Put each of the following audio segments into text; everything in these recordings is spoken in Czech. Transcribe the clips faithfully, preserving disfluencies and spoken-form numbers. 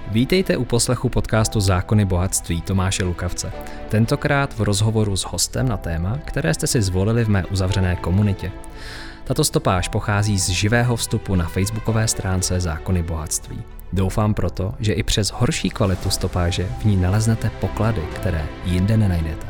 Vítejte u poslechu podcastu Zákony bohatství Tomáše Lukavce. Tentokrát v rozhovoru s hostem na téma, které jste si zvolili v mé uzavřené komunitě. Tato stopáž pochází z živého vstupu na facebookové stránce Zákony bohatství. Doufám proto, že i přes horší kvalitu stopáže v ní naleznete poklady, které jinde nenajdete.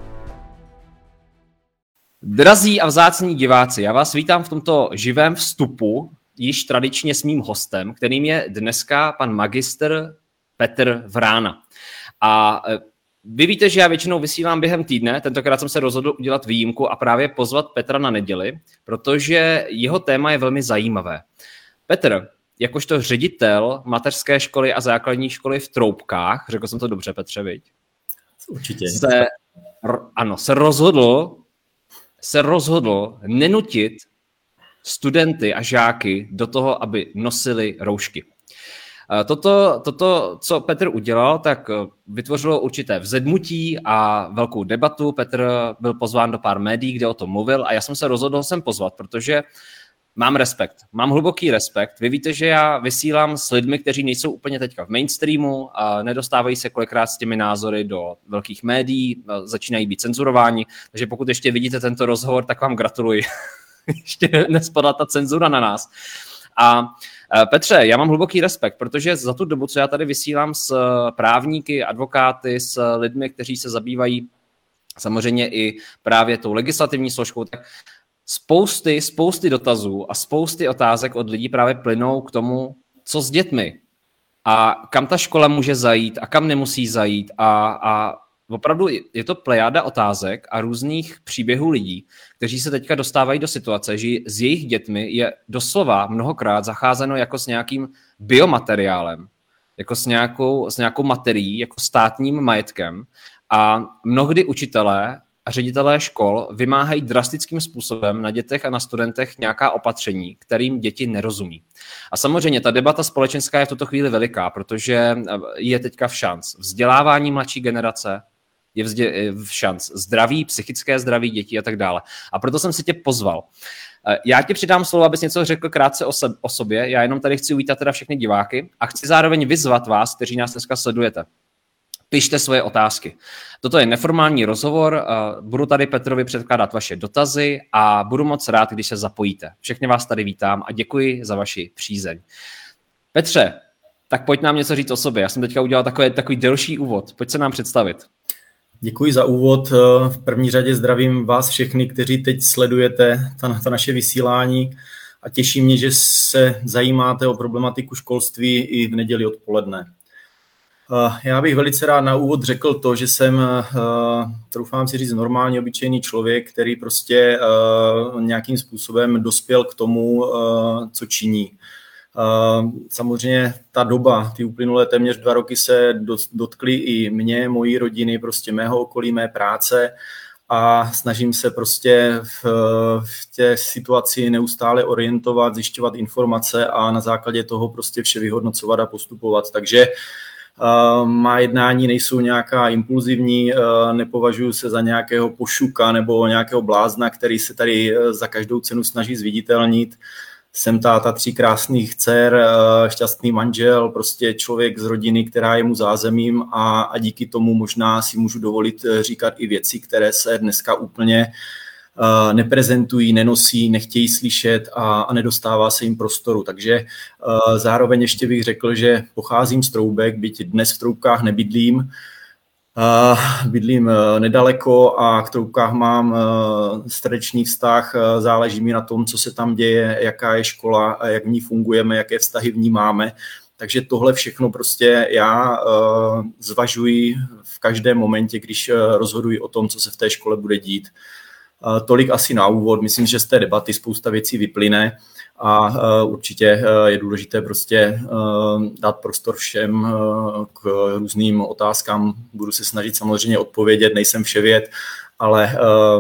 Drazí a vzácní diváci, já vás vítám v tomto živém vstupu, již tradičně s mým hostem, kterým je dneska pan magistr Petr Vrána. A vy víte, že já většinou vysílám během týdne, tentokrát jsem se rozhodl udělat výjimku a právě pozvat Petra na neděli, protože jeho téma je velmi zajímavé. Petr, jakožto ředitel mateřské školy a základní školy v Troubkách, řekl jsem to dobře, Petře, viď? Určitě. Se, ano, se rozhodl, se rozhodl nenutit studenty a žáky do toho, aby nosili roušky. Toto, toto, co Petr udělal, tak vytvořilo určité vzedmutí a velkou debatu. Petr byl pozván do pár médií, kde o tom mluvil a já jsem se rozhodl sem pozvat, protože mám respekt. Mám hluboký respekt. Vy víte, že já vysílám s lidmi, kteří nejsou úplně teďka v mainstreamu a nedostávají se kolikrát s těmi názory do velkých médií, začínají být cenzurováni. Takže pokud ještě vidíte tento rozhovor, tak vám gratuluji. Ještě nespadla ta cenzura na nás. A Petře, já mám hluboký respekt, protože za tu dobu, co já tady vysílám s právníky, advokáty, s lidmi, kteří se zabývají samozřejmě i právě tou legislativní složkou, tak spousty, spousty dotazů a spousty otázek od lidí právě plynou k tomu, co s dětmi a kam ta škola může zajít a kam nemusí zajít a, a opravdu je to plejáda otázek a různých příběhů lidí, kteří se teďka dostávají do situace, že s jejich dětmi je doslova mnohokrát zacházeno jako s nějakým biomateriálem, jako s nějakou, s nějakou materií, jako státním majetkem a mnohdy učitelé a ředitelé škol vymáhají drastickým způsobem na dětech a na studentech nějaká opatření, kterým děti nerozumí. A samozřejmě ta debata společenská je v tuto chvíli veliká, protože je teďka v šanc vzdělávání mladší generace, je v šanc zdraví, psychické zdraví dětí a tak dále. A proto jsem si tě pozval. Já ti přidám slovo, abys něco řekl krátce o, se, o sobě. Já jenom tady chci uvítat teda všechny diváky a chci zároveň vyzvat vás, kteří nás dneska sledujete. Pište svoje otázky. Toto je neformální rozhovor, budu tady Petrovi předkládat vaše dotazy a budu moc rád, když se zapojíte. Všechny vás tady vítám a děkuji za vaši přízeň. Petře, tak pojď nám něco říct o sobě. Já jsem teďka udělal takový, takový delší úvod. Pojď se nám představit. Děkuji za úvod. V první řadě zdravím vás všechny, kteří teď sledujete ta, ta naše vysílání a těší mě, že se zajímáte o problematiku školství i v neděli odpoledne. Já bych velice rád na úvod řekl to, že jsem, troufám si říct, normálně obyčejný člověk, který prostě nějakým způsobem dospěl k tomu, co činí. Samozřejmě ta doba, ty uplynulé téměř dva roky se dotkly i mě, mojí rodiny, prostě mého okolí, mé práce a snažím se prostě v, v té situaci neustále orientovat, zjišťovat informace a na základě toho prostě vše vyhodnocovat a postupovat. Takže Uh, má jednání nejsou nějaká impulzivní, uh, nepovažuji se za nějakého pošuka nebo nějakého blázna, který se tady uh, za každou cenu snaží zviditelnit. Jsem táta tří krásných dcer, uh, šťastný manžel, prostě člověk z rodiny, která je mu zázemím a, a díky tomu možná si můžu dovolit uh, říkat i věci, které se dneska úplně Uh, neprezentují, nenosí, nechtějí slyšet a, a nedostává se jim prostoru. Takže uh, zároveň ještě bych řekl, že pocházím z Troubek, byť dnes v Troubkách nebydlím. Uh, bydlím uh, nedaleko a k Troubkách mám uh, srdečný vztah, uh, záleží mi na tom, co se tam děje, jaká je škola, a jak v ní fungujeme, jaké vztahy v ní máme. Takže tohle všechno prostě já uh, zvažuji v každém momentě, když uh, rozhoduji o tom, co se v té škole bude dít. Tolik asi na úvod, myslím, že z té debaty spousta věcí vyplyne a určitě je důležité prostě dát prostor všem k různým otázkám. Budu se snažit samozřejmě odpovědět, nejsem vševěd, ale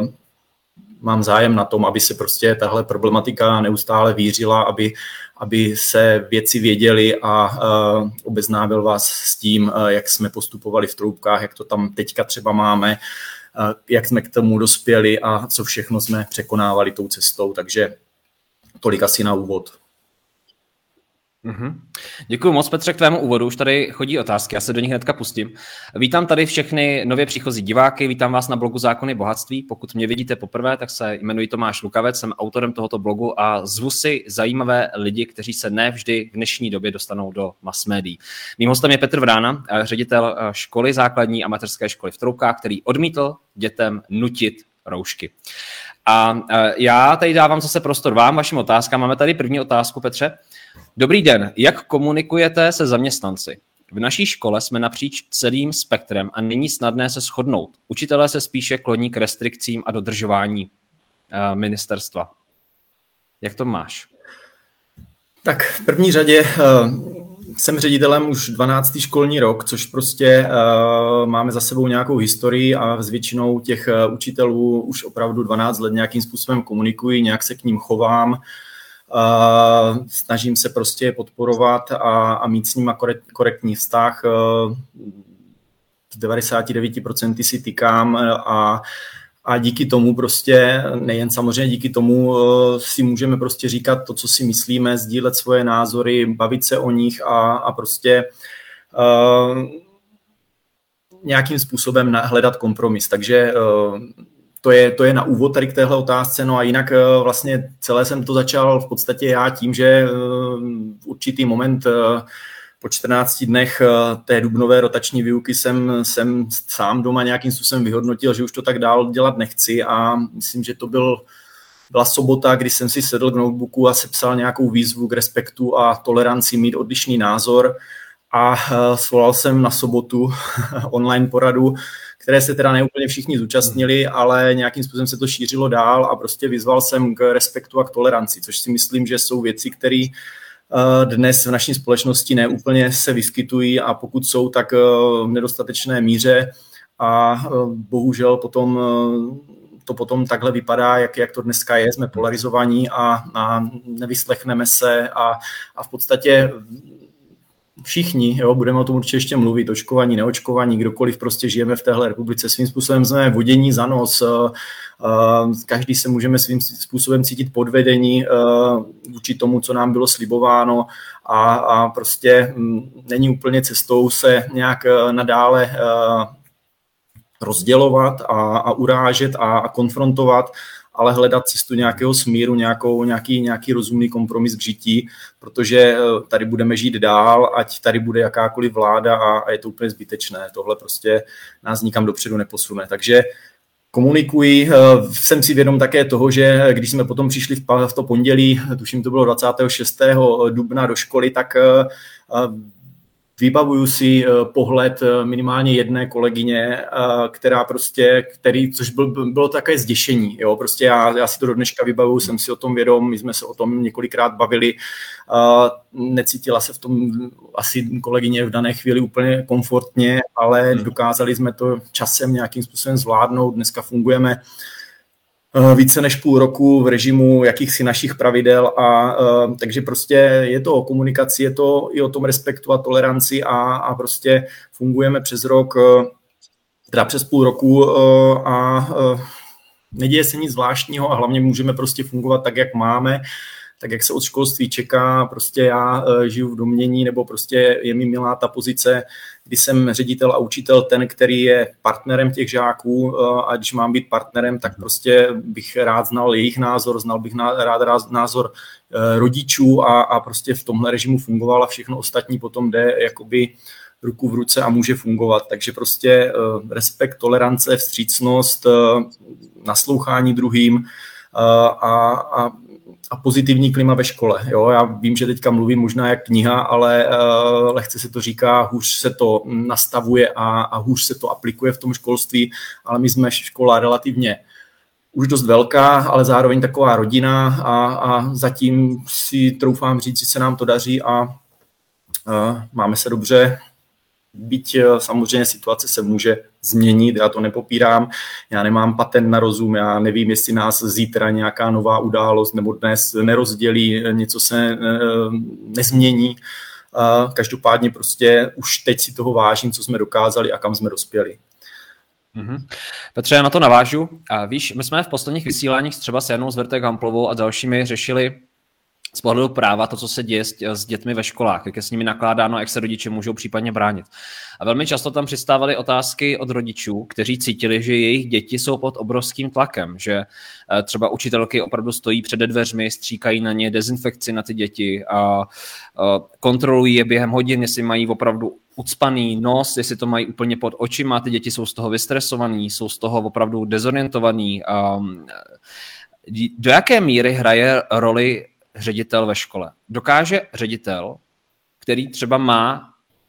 mám zájem na tom, aby se prostě tahle problematika neustále vířila, aby, aby se věci věděly a obeznámil vás s tím, jak jsme postupovali v Troubkách, jak to tam teďka třeba máme, jak jsme k tomu dospěli a co všechno jsme překonávali tou cestou. Takže tolik asi na úvod. Mm-hmm. Děkuji moc, Petře, k tvému úvodu. Už tady chodí otázky, já se do nich hnedka pustím. Vítám tady všechny nově příchozí diváky, vítám vás na blogu Zákony bohatství. Pokud mě vidíte poprvé, tak se jmenuji Tomáš Lukavec, jsem autorem tohoto blogu a zvu si zajímavé lidi, kteří se ne vždy v dnešní době dostanou do mass médií. Mým hostem je Petr Vrána, ředitel školy základní a mateřské školy v Troukách, který odmítl dětem nutit roušky. A já tady dávám zase prostor vám, vašim otázkám. Máme tady první otázku, Petře. Dobrý den, jak komunikujete se zaměstnanci? V naší škole jsme napříč celým spektrem a není snadné se shodnout. Učitelé se spíše kloní k restrikcím a dodržování uh, ministerstva. Jak to máš? Tak v první řadě uh, jsem ředitelem už dvanáctý školní rok, což prostě uh, máme za sebou nějakou historii a s většinou těch uh, učitelů už opravdu dvanáct let nějakým způsobem komunikuji, nějak se k ním chovám. Uh, snažím se prostě podporovat a, a mít s nima korekt, korektní vztah. Uh, z devadesát devět procent si tykám a, a díky tomu prostě, nejen samozřejmě díky tomu uh, si můžeme prostě říkat to, co si myslíme, sdílet svoje názory, bavit se o nich a, a prostě uh, nějakým způsobem hledat kompromis. Takže uh, To je, to je na úvod tady k téhle otázce, no a jinak vlastně celé jsem to začal v podstatě já tím, že v určitý moment po čtrnácti dnech té dubnové rotační výuky jsem, jsem sám doma nějakým způsobem vyhodnotil, že už to tak dál dělat nechci a myslím, že to byl, byla sobota, kdy jsem si sedl k notebooku a sepsal nějakou výzvu k respektu a toleranci mít odlišný názor a svolal jsem na sobotu online poradu, které se teda neúplně všichni zúčastnili, ale nějakým způsobem se to šířilo dál a prostě vyzval jsem k respektu a k toleranci, což si myslím, že jsou věci, které dnes v naší společnosti neúplně se vyskytují a pokud jsou, tak v nedostatečné míře a bohužel potom to potom takhle vypadá, jak, jak to dneska je, jsme polarizovaní a, a nevyslechneme se a, a v podstatě všichni, jo, budeme o tom určitě ještě mluvit, očkovaní, neočkovaní, kdokoliv prostě žijeme v téhle republice, svým způsobem jsme vodění za nos, každý se můžeme svým způsobem cítit podvedení vůči tomu, co nám bylo slibováno a, a prostě není úplně cestou se nějak nadále rozdělovat a, a urážet a, a konfrontovat, ale hledat cestu nějakého smíru, nějakou, nějaký, nějaký rozumný kompromis v žití, protože tady budeme žít dál, ať tady bude jakákoliv vláda a, a je to úplně zbytečné. Tohle prostě nás nikam dopředu neposune. Takže komunikuji, jsem si vědom také toho, že když jsme potom přišli v to pondělí, tuším to bylo dvacátého šestého dubna do školy, tak vybavuju si pohled minimálně jedné kolegyně, která prostě, který, což byl, bylo také zděšení. Jo? Prostě já, já si to do dneška vybavuju, jsem si o tom vědom, my jsme se o tom několikrát bavili. Necítila se v tom asi kolegyně v dané chvíli úplně komfortně, ale dokázali jsme to časem nějakým způsobem zvládnout. Dneska fungujeme více než půl roku v režimu jakýchsi našich pravidel a uh, takže prostě je to o komunikaci, je to i o tom respektu a toleranci a, a prostě fungujeme přes rok, uh, teda přes půl roku uh, a uh, neděje se nic zvláštního a hlavně můžeme prostě fungovat tak, jak máme, tak, jak se od školství čeká. Prostě já uh, žiju v domnění nebo prostě je mi milá ta pozice, kdy jsem ředitel a učitel ten, který je partnerem těch žáků a když mám být partnerem, tak prostě bych rád znal jejich názor, znal bych rád, rád názor rodičů a, a prostě v tomhle režimu fungoval a všechno ostatní potom jde jakoby ruku v ruce a může fungovat. Takže prostě respekt, tolerance, vstřícnost, naslouchání druhým a, a a pozitivní klima ve škole. Jo? Já vím, že teďka mluvím možná jak kniha, ale uh, lehce se to říká, hůř se to nastavuje a, a hůř se to aplikuje v tom školství, ale my jsme škola relativně už dost velká, ale zároveň taková rodina a, a zatím si troufám říct, že se nám to daří a uh, máme se dobře. Byť samozřejmě situace se může změnit, já to nepopírám, já nemám patent na rozum, já nevím, jestli nás zítra nějaká nová událost nebo dnes nerozdělí, něco se nezmění. Každopádně prostě už teď si toho vážím, co jsme dokázali a kam jsme dospěli. Mm-hmm. Petře, já na to navážu. A víš, my jsme v posledních vysíláních třeba s Janou Zvrtek Hamplovou a dalšími řešili z pohledu práva to, co se děje s, s dětmi ve školách, jak je s nimi nakládáno, jak se rodiče můžou případně bránit. A velmi často tam přistávaly otázky od rodičů, kteří cítili, že jejich děti jsou pod obrovským tlakem, že třeba učitelky opravdu stojí před dveřmi, stříkají na ně dezinfekci na ty děti a, a kontrolují je během hodin, jestli mají opravdu ucpaný nos, jestli to mají úplně pod očima, ty děti jsou z toho vystresovaný, jsou z toho opravdu dezorientovaný. A do jaké míry hraje roli ředitel ve škole? Dokáže ředitel, který třeba má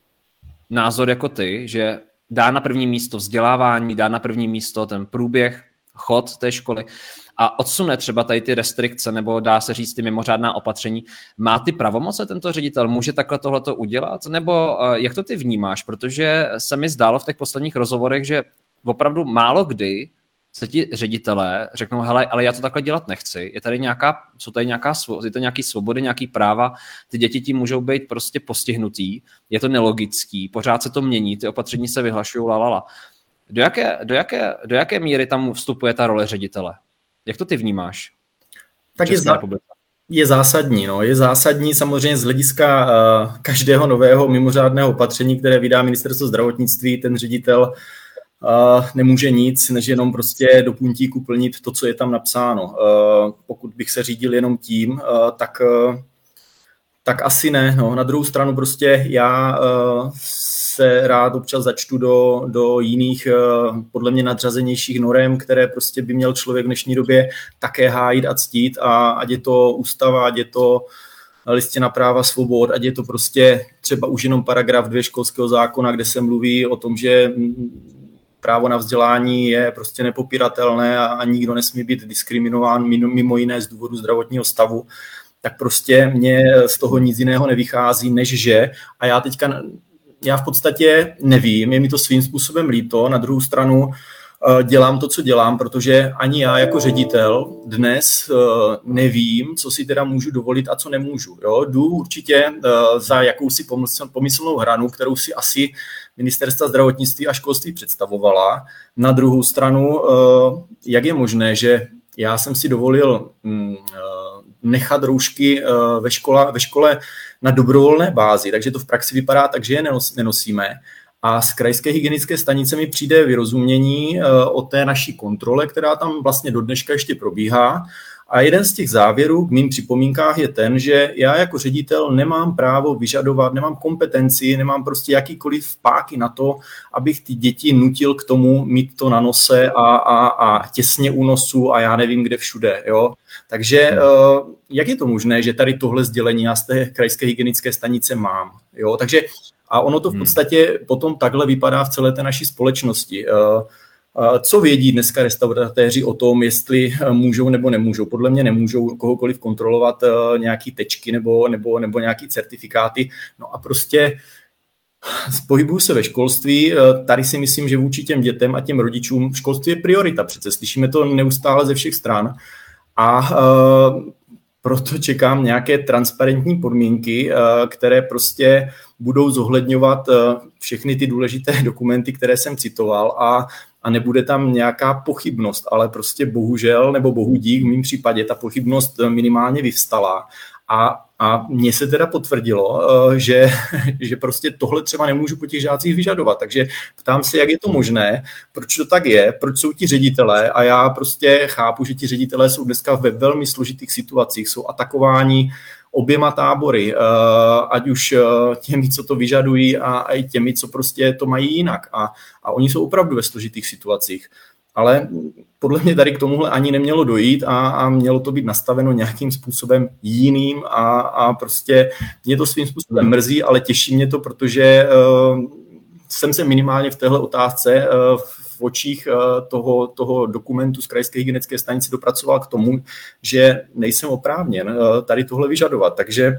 názor jako ty, že dá na první místo vzdělávání, dá na první místo ten průběh, chod té školy a odsune třeba tady ty restrikce nebo dá se říct ty mimořádná opatření. Má ty pravomoce tento ředitel? Může takhle tohleto udělat? Nebo jak to ty vnímáš? Protože se mi zdálo v těch posledních rozhovorech, že opravdu málo kdy se ti ředitelé řeknou, hele, ale já to takhle dělat nechci. Je tady nějaká, jsou tady nějaká, je to nějaký svobody, nějaký práva, ty děti tím můžou být prostě postihnutý, je to nelogický, pořád se to mění, ty opatření se vyhlašují, lalala. Do jaké, do jaké, do jaké míry tam vstupuje ta role ředitele? Jak to ty vnímáš? Tak je, zá, je zásadní, no. Je zásadní samozřejmě z hlediska uh, každého nového mimořádného opatření, které vydá ministerstvo zdravotnictví, ten ředitel Uh, nemůže nic, než jenom prostě do puntíku plnit to, co je tam napsáno. Uh, pokud bych se řídil jenom tím, uh, tak, uh, tak asi ne. No. Na druhou stranu prostě já uh, se rád občas začtu do, do jiných, uh, podle mě nadřazenějších norem, které prostě by měl člověk v dnešní době také hájit a ctít, a ať je to ústava, ať je to listina práva svobod, ať je to prostě třeba už jenom paragraf dva školského zákona, kde se mluví o tom, že právo na vzdělání je prostě nepopiratelné a, a nikdo nesmí být diskriminován mimo jiné z důvodu zdravotního stavu, tak prostě mně z toho nic jiného nevychází, než že, a já teďka, já v podstatě nevím, je mi to svým způsobem líto, na druhou stranu dělám to, co dělám, protože ani já jako ředitel dnes nevím, co si teda můžu dovolit a co nemůžu. Jo? Jdu určitě za jakousi pomyslnou hranu, kterou si asi ministerstva zdravotnictví a školství představovala. Na druhou stranu, jak je možné, že já jsem si dovolil nechat roušky ve škole, ve škole na dobrovolné bázi, takže to v praxi vypadá tak, že je nenosíme. A z krajské hygienické stanice mi přijde vyrozumění o té naší kontrole, která tam vlastně do dneška ještě probíhá. A jeden z těch závěrů k mým připomínkách je ten, že já jako ředitel nemám právo vyžadovat, nemám kompetenci, nemám prostě jakýkoliv páky na to, abych ty děti nutil k tomu mít to na nose a, a, a těsně u nosu a já nevím kde všude. Jo? Takže jak je to možné, že tady tohle sdělení já z té krajské hygienické stanice mám? Jo? Takže a ono to v podstatě potom takhle vypadá v celé té naší společnosti. Co vědí dneska restauratéři o tom, jestli můžou nebo nemůžou? Podle mě nemůžou kohokoliv kontrolovat nějaký tečky nebo, nebo, nebo nějaký certifikáty. No a prostě pohybuju se ve školství, tady si myslím, že vůči těm dětem a těm rodičům školství je priorita. Přece slyšíme to neustále ze všech stran. A proto čekám nějaké transparentní podmínky, které prostě budou zohledňovat všechny ty důležité dokumenty, které jsem citoval, a, a nebude tam nějaká pochybnost, ale prostě bohužel, nebo bohu dík, v mém případě ta pochybnost minimálně vyvstala. A, a mně se teda potvrdilo, že, že prostě tohle třeba nemůžu po těch žácích vyžadovat. Takže ptám se, jak je to možné, proč to tak je, proč jsou ti ředitelé, a já prostě chápu, že ti ředitelé jsou dneska ve velmi složitých situacích, jsou atakováni oběma tábory, ať už těmi, co to vyžadují, a i těmi, co prostě to mají jinak. A, a oni jsou opravdu ve složitých situacích. Ale podle mě tady k tomuhle ani nemělo dojít a, a mělo to být nastaveno nějakým způsobem jiným a, a prostě mě to svým způsobem mrzí, ale těší mě to, protože uh, jsem se minimálně v téhle otázce uh, v očích uh, toho, toho dokumentu z krajské hygienické stanice dopracoval k tomu, že nejsem oprávněn uh, tady tohle vyžadovat. Takže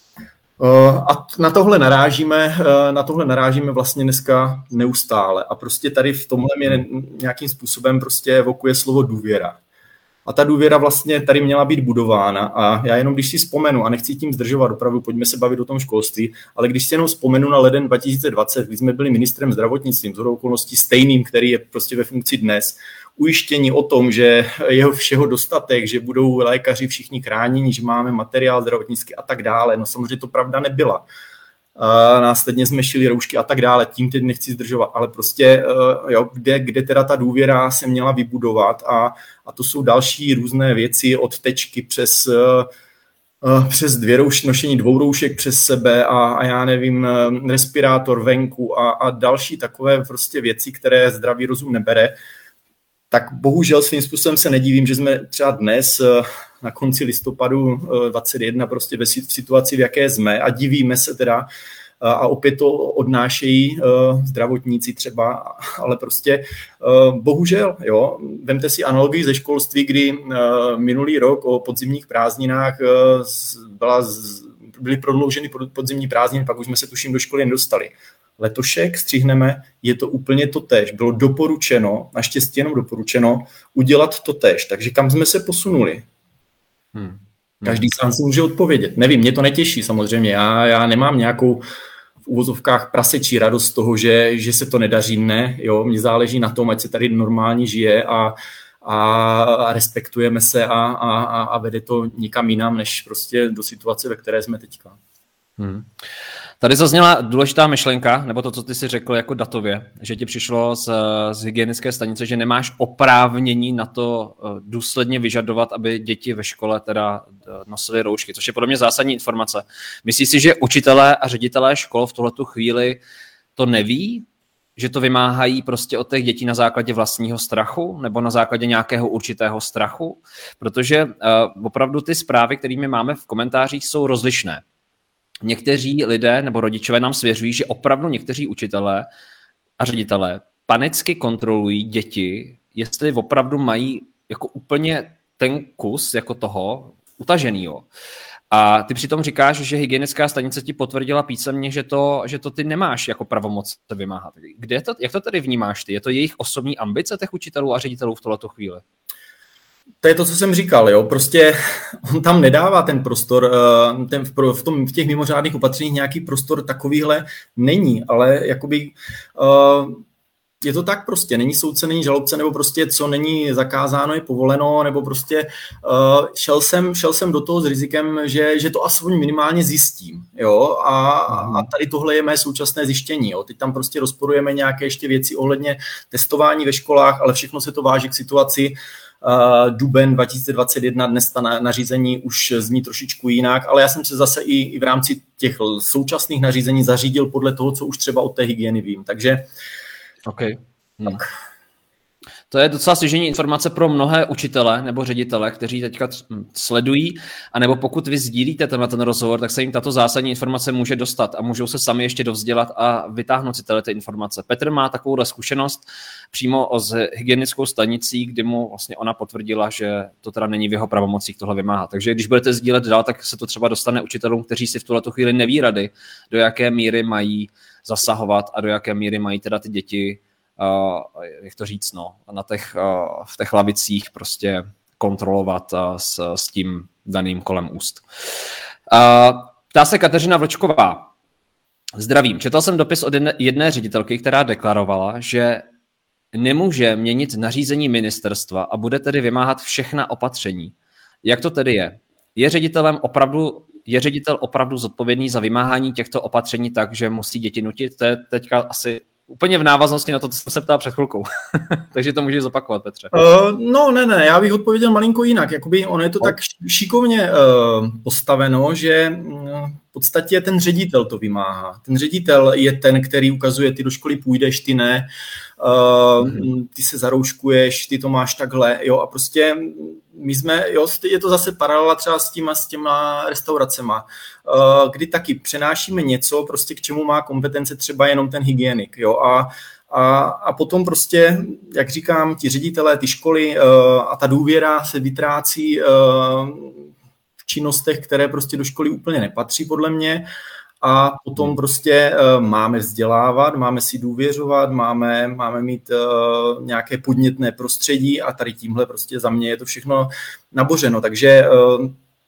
a na tohle narážíme, na tohle narážíme vlastně dneska neustále. A prostě tady v tomhle mě nějakým způsobem prostě evokuje slovo důvěra. A ta důvěra vlastně tady měla být budována. A já jenom, když si vzpomenu, a nechci tím zdržovat, opravdu pojďme se bavit o tom školství, ale když si jenom vzpomenu na leden dva tisíce dvacet, kdy jsme byli ministrem zdravotnictví, z okolností stejným, který je prostě ve funkci dnes, ujištění o tom, že jeho všeho dostatek, že budou lékaři všichni chráněni, že máme materiál zdravotnický a tak dále. No samozřejmě to pravda nebyla. Uh, následně jsme šili roušky a tak dále, tím teď nechci zdržovat, ale prostě uh, jo, kde, kde teda ta důvěra se měla vybudovat a, a to jsou další různé věci od tečky přes, uh, uh, přes dvě rouš, nošení dvou roušek přes sebe a, a já nevím, uh, respirátor venku a, a další takové prostě věci, které zdravý rozum nebere. Tak bohužel svým způsobem se nedivím, že jsme třeba dnes uh, na konci listopadu dvacet jedna prostě ve situaci, v jaké jsme a divíme se teda a opět to odnášejí zdravotníci třeba, ale prostě bohužel, jo, vemte si analogii ze školství, kdy minulý rok o podzimních prázdninách byla, byly prodlouženy podzimní prázdniny, pak už jsme se tuším do školy nedostali. Letošek střihneme, je to úplně totéž. Bylo doporučeno, naštěstí jenom doporučeno, udělat totéž. Takže kam jsme se posunuli? Hmm. Každý sám si může odpovědět. Nevím, mě to netěší samozřejmě. Já, já nemám nějakou v uvozovkách prasečí radost z toho, že, že se to nedaří. Ne, jo, mně záleží na tom, ať se tady normálně žije a, a, a respektujeme se a, a, a vede to nikam jinam, než prostě do situace, ve které jsme teďka. Hmm. Tady zazněla důležitá myšlenka, nebo to, co ty si řekl jako datově, že ti přišlo z, z hygienické stanice, že nemáš oprávnění na to důsledně vyžadovat, aby děti ve škole teda nosily roušky, což je podle mě zásadní informace. Myslíš si, že učitelé a ředitelé škol v tuhletu chvíli to neví, že to vymáhají prostě od těch dětí na základě vlastního strachu nebo na základě nějakého určitého strachu? Protože uh, opravdu ty zprávy, kterými máme v komentářích, jsou rozlišné. Někteří lidé nebo rodičové nám svěřují, že opravdu někteří učitelé a ředitelé panicky kontrolují děti, jestli opravdu mají jako úplně ten kus jako toho utaženýho. A ty přitom říkáš, že hygienická stanice ti potvrdila písemně, že to, že to ty nemáš jako pravomoc se vymáhat. Kde to, jak to tedy vnímáš ty? Je to jejich osobní ambice těch učitelů a ředitelů v tohleto chvíli? To je to, co jsem říkal, jo. Prostě on tam nedává ten prostor, ten v, tom, v těch mimořádných opatřeních nějaký prostor takovýhle není, ale jakoby uh, je to tak prostě, není soudce, není žalobce, nebo prostě co není zakázáno, je povoleno, nebo prostě uh, šel, jsem, šel jsem do toho s rizikem, že, že to aspoň minimálně zjistím, jo, a, a tady tohle je mé současné zjištění, jo. Teď tam prostě rozporujeme nějaké ještě věci ohledně testování ve školách, ale všechno se to váží k situaci. Uh, duben dva tisíce dvacet jedna, dnes ta nařízení už zní trošičku jinak, ale já jsem se zase i, i v rámci těch současných nařízení zařídil podle toho, co už třeba od té hygieny vím, takže okay. hmm. tak. To je docela stěžejní informace pro mnohé učitele nebo ředitele, kteří teďka sledují, anebo pokud vy sdílíte tenhle ten rozhovor, tak se jim tato zásadní informace může dostat a můžou se sami ještě dovzdělat a vytáhnout si tyhle ty informace. Petr má takovouhle zkušenost přímo s hygienickou stanicí, kdy mu vlastně ona potvrdila, že to teda není v jeho pravomocích tohle vymáhat. Takže když budete sdílet dál, tak se to třeba dostane učitelům, kteří si v tuhletu chvíli neví rady, do jaké míry mají zasahovat a do jaké míry mají teda ty děti Uh, jak to říct, no, na těch, uh, v těch lavicích prostě kontrolovat uh, s, s tím daným kolem úst. Uh, ptá se Kateřina Vlčková. Zdravím. Četl jsem dopis od jedné, jedné ředitelky, která deklarovala, že nemůže měnit nařízení ministerstva a bude tedy vymáhat všechna opatření. Jak to tedy je? Je ředitelem opravdu, je ředitel opravdu zodpovědný za vymáhání těchto opatření tak, že musí děti nutit? To je teďka asi úplně v návaznosti na to, co jsem se ptal před chvilkou. Takže to můžeš zopakovat, Petře. Uh, no ne, ne, já bych odpověděl malinko jinak. Jakoby ono je to no. tak šikovně uh, postaveno, že uh, v podstatě ten ředitel to vymáhá. Ten ředitel je ten, který ukazuje, ty do školy půjdeš, ty ne, uh, mm. ty se zarouškuješ, ty to máš takhle, jo, a prostě my jsme, jo, je to zase paralela třeba s těma, s těma restauracema, uh, kdy taky přenášíme něco, prostě k čemu má kompetence třeba jenom ten hygienik, jo, a A, a potom prostě, jak říkám, ti ředitelé, ty školy uh, a ta důvěra se vytrácí uh, v činnostech, které prostě do školy úplně nepatří, podle mě. A potom prostě uh, máme vzdělávat, máme si důvěřovat, máme, máme mít uh, nějaké podnětné prostředí a tady tímhle prostě za mě je to všechno nabořeno. Takže uh,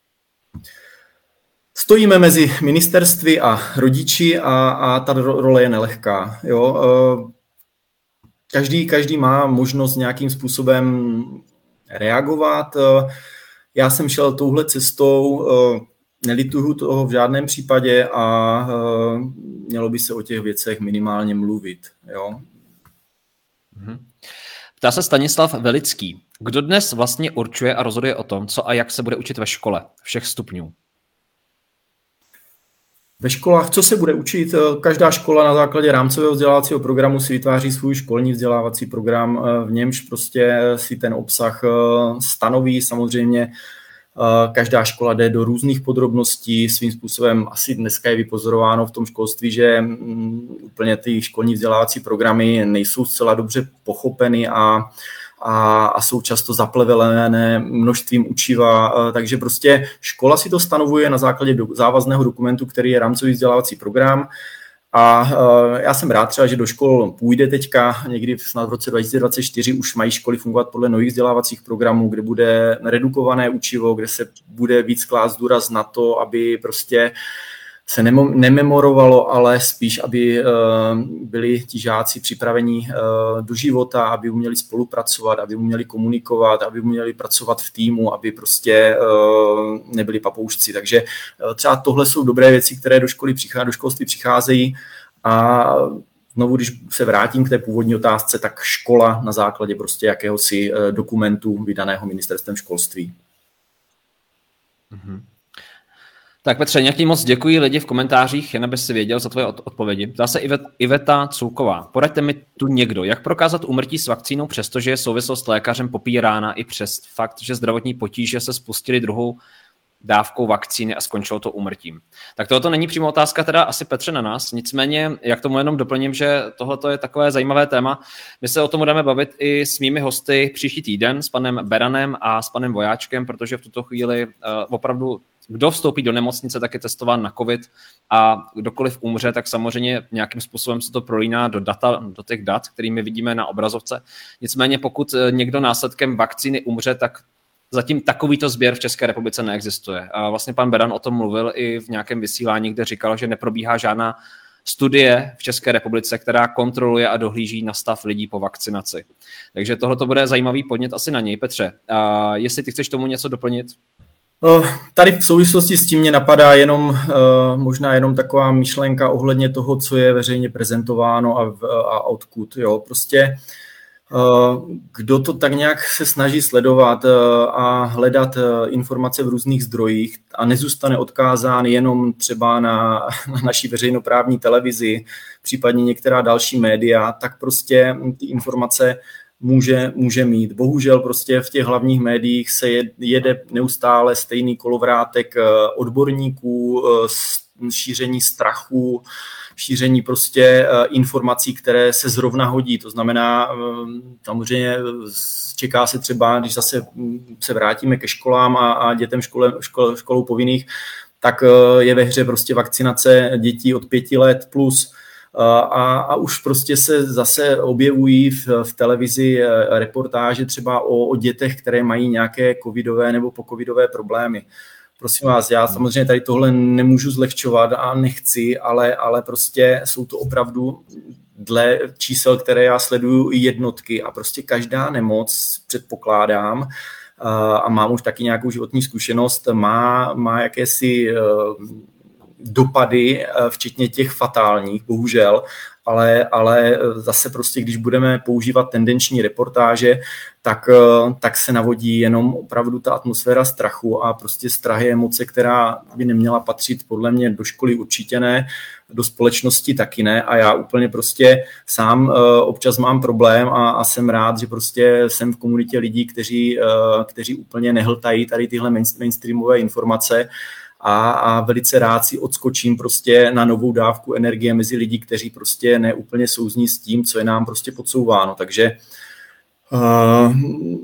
stojíme mezi ministerstvy a rodiči a, a ta role je nelehká. Jo? Uh, každý, každý má možnost nějakým způsobem reagovat. Já jsem šel touhle cestou, nelituju toho v žádném případě a mělo by se o těch věcech minimálně mluvit. Jo? Ptá se Stanislav Velický. Kdo dnes vlastně určuje a rozhoduje o tom, co a jak se bude učit ve škole všech stupňů? Ve školách, co se bude učit? Každá škola na základě rámcového vzdělávacího programu si vytváří svůj školní vzdělávací program, v němž prostě si ten obsah stanoví. Samozřejmě každá škola jde do různých podrobností, svým způsobem asi dneska je vypozorováno v tom školství, že úplně ty školní vzdělávací programy nejsou zcela dobře pochopeny a A, a jsou často zaplevelené množstvím učiva, takže prostě škola si to stanovuje na základě do, závazného dokumentu, který je rámcový vzdělávací program a já jsem rád třeba, že do škol půjde teďka, někdy snad v roce dva tisíce dvacet čtyři už mají školy fungovat podle nových vzdělávacích programů, kde bude redukované učivo, kde se bude víc klást důraz na to, aby prostě se nememorovalo, ale spíš, aby byli ti žáci připraveni do života, aby uměli spolupracovat, aby uměli komunikovat, aby uměli pracovat v týmu, aby prostě nebyli papoušci. Takže třeba tohle jsou dobré věci, které do školy přicházejí, do školství přicházejí a znovu, když se vrátím k té původní otázce, tak škola na základě prostě jakéhosi dokumentu vydaného ministerstvem školství. Mhm. Tak Petře, nějaký moc děkuji lidi v komentářích, jen aby si věděl za tvoje odpovědi. Ptá se Iveta Culková. Poraďte mi tu někdo, jak prokázat úmrtí s vakcínou, přestože je souvislost s lékařem popírána i přes fakt, že zdravotní potíže se spustily druhou dávkou vakcíny a skončilo to úmrtím. Tak tohle není přímo otázka teda asi Petře na nás, nicméně jak tomu jenom doplním, že tohle je takové zajímavé téma. My se o tom budeme bavit i s mými hosty příští týden, s panem Beranem a s panem Vojáčkem, protože v tuto chvíli uh, opravdu kdo vstoupí do nemocnice, tak je testován na covid a kdokoliv umře, tak samozřejmě nějakým způsobem se to prolíná do data, do těch dat, kterými vidíme na obrazovce. Nicméně pokud někdo následkem vakcíny umře, tak zatím takovýto sběr v České republice neexistuje. A vlastně pan Beran o tom mluvil i v nějakém vysílání, kde říkal, že neprobíhá žádná studie v České republice, která kontroluje a dohlíží na stav lidí po vakcinaci. Takže tohle to bude zajímavý podnět asi na něj. Petře, a jestli ty chceš tomu něco doplnit? Tady v souvislosti s tím mě napadá jenom možná jenom taková myšlenka ohledně toho, co je veřejně prezentováno a, a odkud. Jo. Prostě kdo to tak nějak se snaží sledovat a hledat informace v různých zdrojích a nezůstane odkázán jenom třeba na, na naší veřejnoprávní televizi, případně některá další média, tak prostě ty informace Může, může mít. Bohužel prostě v těch hlavních médiích se jede neustále stejný kolovrátek odborníků, šíření strachu, šíření prostě informací, které se zrovna hodí. To znamená, samozřejmě čeká se třeba, když zase se vrátíme ke školám a, a dětem škole, škol, školou povinných, tak je ve hře prostě vakcinace dětí od pěti let plus. A, a už prostě se zase objevují v, v televizi reportáže třeba o, o dětech, které mají nějaké covidové nebo pocovidové problémy. Prosím vás, já samozřejmě tady tohle nemůžu zlehčovat a nechci, ale, ale prostě jsou to opravdu dle čísel, které já sleduju, jednotky a prostě každá nemoc, předpokládám, a mám už taky nějakou životní zkušenost, má, má jakési dopady, včetně těch fatálních, bohužel, ale, ale zase prostě, když budeme používat tendenční reportáže, tak, tak se navodí jenom opravdu ta atmosféra strachu a prostě strach je emoce, která by neměla patřit podle mě do školy určitě ne, do společnosti taky ne a já úplně prostě sám občas mám problém a, a jsem rád, že prostě jsem v komunitě lidí, kteří, kteří úplně nehltají tady tyhle mainstreamové informace, A, a velice rád si odskočím prostě na novou dávku energie mezi lidi, kteří prostě neúplně souzní s tím, co je nám prostě podsouváno. Takže uh,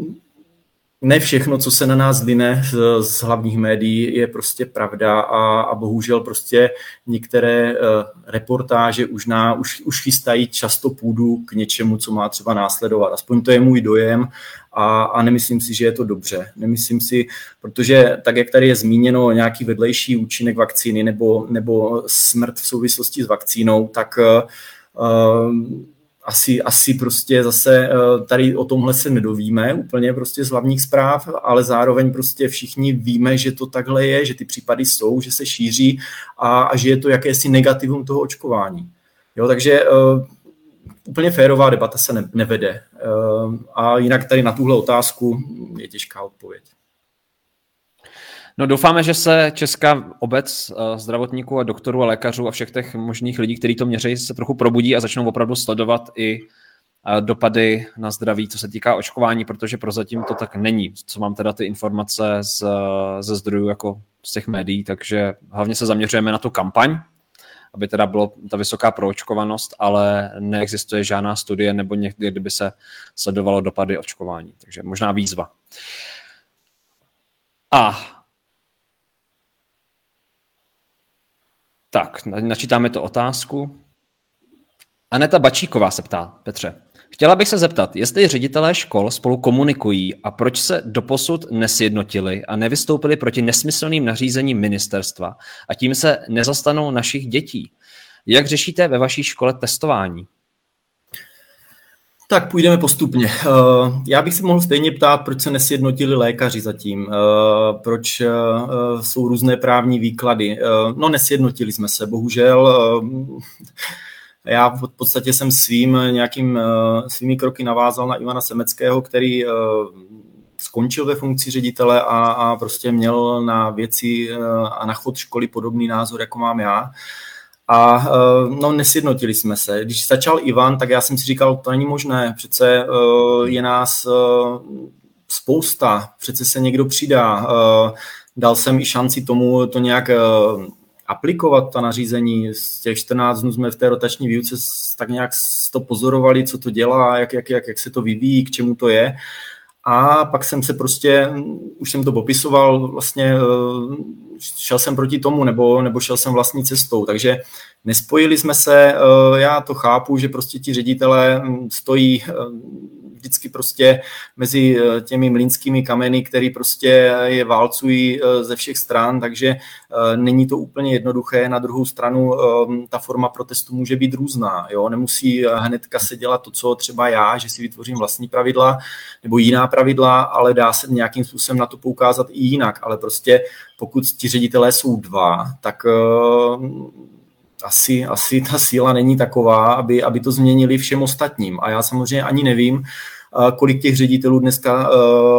ne všechno, co se na nás line z, z hlavních médií, je prostě pravda a, a bohužel prostě některé uh, reportáže už, na, už, už chystají často půdu k něčemu, co má třeba následovat. Aspoň to je můj dojem. A, a nemyslím si, že je to dobře. Nemyslím si, protože tak, jak tady je zmíněno nějaký vedlejší účinek vakcíny nebo, nebo smrt v souvislosti s vakcínou, tak uh, asi, asi prostě zase tady o tomhle se nedovíme úplně prostě z hlavních zpráv, ale zároveň prostě všichni víme, že to takhle je, že ty případy jsou, že se šíří a, a že je to jakési negativum toho očkování. Jo, takže uh, úplně férová debata se ne, nevede. Uh, a jinak tady na tuhle otázku je těžká odpověď. No doufáme, že se česká obec zdravotníků a doktorů a lékařů a všech těch možných lidí, kteří to měří, se trochu probudí a začnou opravdu sledovat i dopady na zdraví, co se týká očkování, protože prozatím to tak není. Co mám teda ty informace z, ze zdrojů jako z těch médií, takže hlavně se zaměřujeme na tu kampaň, aby teda byla ta vysoká proočkovanost, ale neexistuje žádná studie nebo někdy, kdyby se sledovalo dopady očkování. Takže možná výzva. A tak, načítáme to otázku. Aneta Bačíková se ptá, Petře. Chtěla bych se zeptat, jestli ředitelé škol spolu komunikují a proč se doposud nesjednotili a nevystoupili proti nesmyslným nařízením ministerstva a tím se nezastanou našich dětí. Jak řešíte ve vaší škole testování? Tak půjdeme postupně. Já bych se mohl stejně ptát, proč se nesjednotili lékaři zatím, proč jsou různé právní výklady. No nesjednotili jsme se, bohužel. Já v podstatě jsem svým nějakým svými kroky navázal na Ivana Semeckého, který skončil ve funkci ředitele a, a prostě měl na věci a na chod školy podobný názor, jako mám já. A no, nesjednotili jsme se. Když začal Ivan, tak já jsem si říkal, to není možné, přece je nás spousta, přece se někdo přidá. Dal jsem i šanci tomu to nějak aplikovat, ta nařízení. Z těch čtrnáct dnů jsme v té rotační výuce tak nějak to pozorovali, co to dělá, jak, jak, jak, jak se to vyvíjí, k čemu to je. A pak jsem se prostě, už jsem to popisoval, vlastně šel jsem proti tomu, nebo, nebo šel jsem vlastní cestou, takže nespojili jsme se, já to chápu, že prostě ti ředitelé stojí vždycky prostě mezi těmi mlýnskými kameny, který prostě je válcují ze všech stran, takže není to úplně jednoduché. Na druhou stranu ta forma protestu může být různá. Jo? Nemusí hnedka se dělat to, co třeba já, že si vytvořím vlastní pravidla nebo jiná pravidla, ale dá se nějakým způsobem na to poukázat i jinak. Ale prostě pokud ti ředitelé jsou dva, tak asi, asi ta síla není taková, aby, aby to změnili všem ostatním. A já samozřejmě ani nevím, kolik těch ředitelů dneska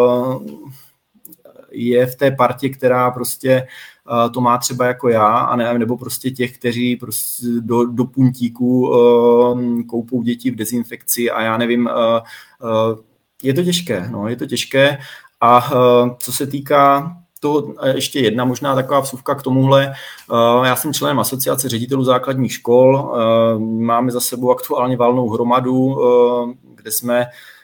je v té partě, která prostě to má třeba jako já, a ne, nebo prostě těch, kteří prostě do, do puntíku koupou děti v dezinfekci a já nevím, je to těžké, no, je to těžké. A co se týká to ještě jedna možná taková vsuvka k tomuhle. Já jsem členem asociace ředitelů základních škol. Máme za sebou aktuálně valnou hromadu, kde jsme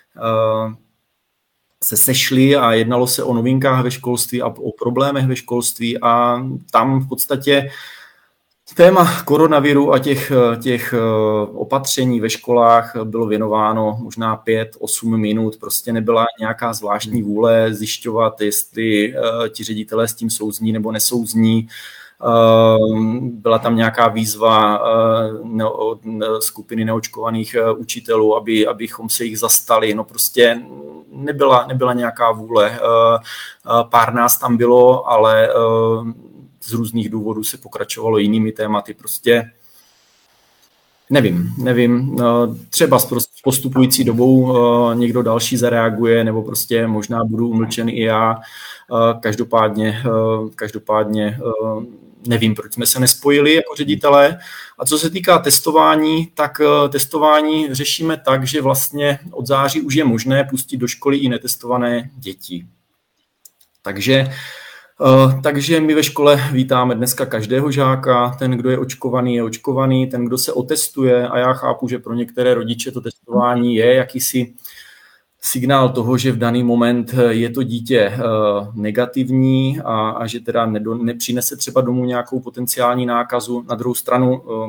se sešli a jednalo se o novinkách ve školství a o problémech ve školství a tam v podstatě téma koronaviru a těch, těch opatření ve školách bylo věnováno možná pět, osm minut, prostě nebyla nějaká zvláštní vůle zjišťovat, jestli ti ředitelé s tím souzní nebo nesouzní. Byla tam nějaká výzva od skupiny neočkovaných učitelů, aby, abychom se jich zastali. No prostě nebyla, nebyla nějaká vůle. Pár nás tam bylo, ale z různých důvodů se pokračovalo jinými tématy. Prostě nevím, nevím. Třeba s postupující dobou někdo další zareaguje, nebo prostě možná budu umlčen i já. Každopádně, každopádně nevím, proč jsme se nespojili jako ředitelé. A co se týká testování, tak testování řešíme tak, že vlastně od září už je možné pustit do školy i netestované děti. Takže Uh, takže my ve škole vítáme dneska každého žáka, ten, kdo je očkovaný, je očkovaný, ten, kdo se otestuje, a já chápu, že pro některé rodiče to testování je jakýsi signál toho, že v daný moment je to dítě uh, negativní a, a že teda nedo, nepřinese třeba domů nějakou potenciální nákazu. Na druhou stranu uh,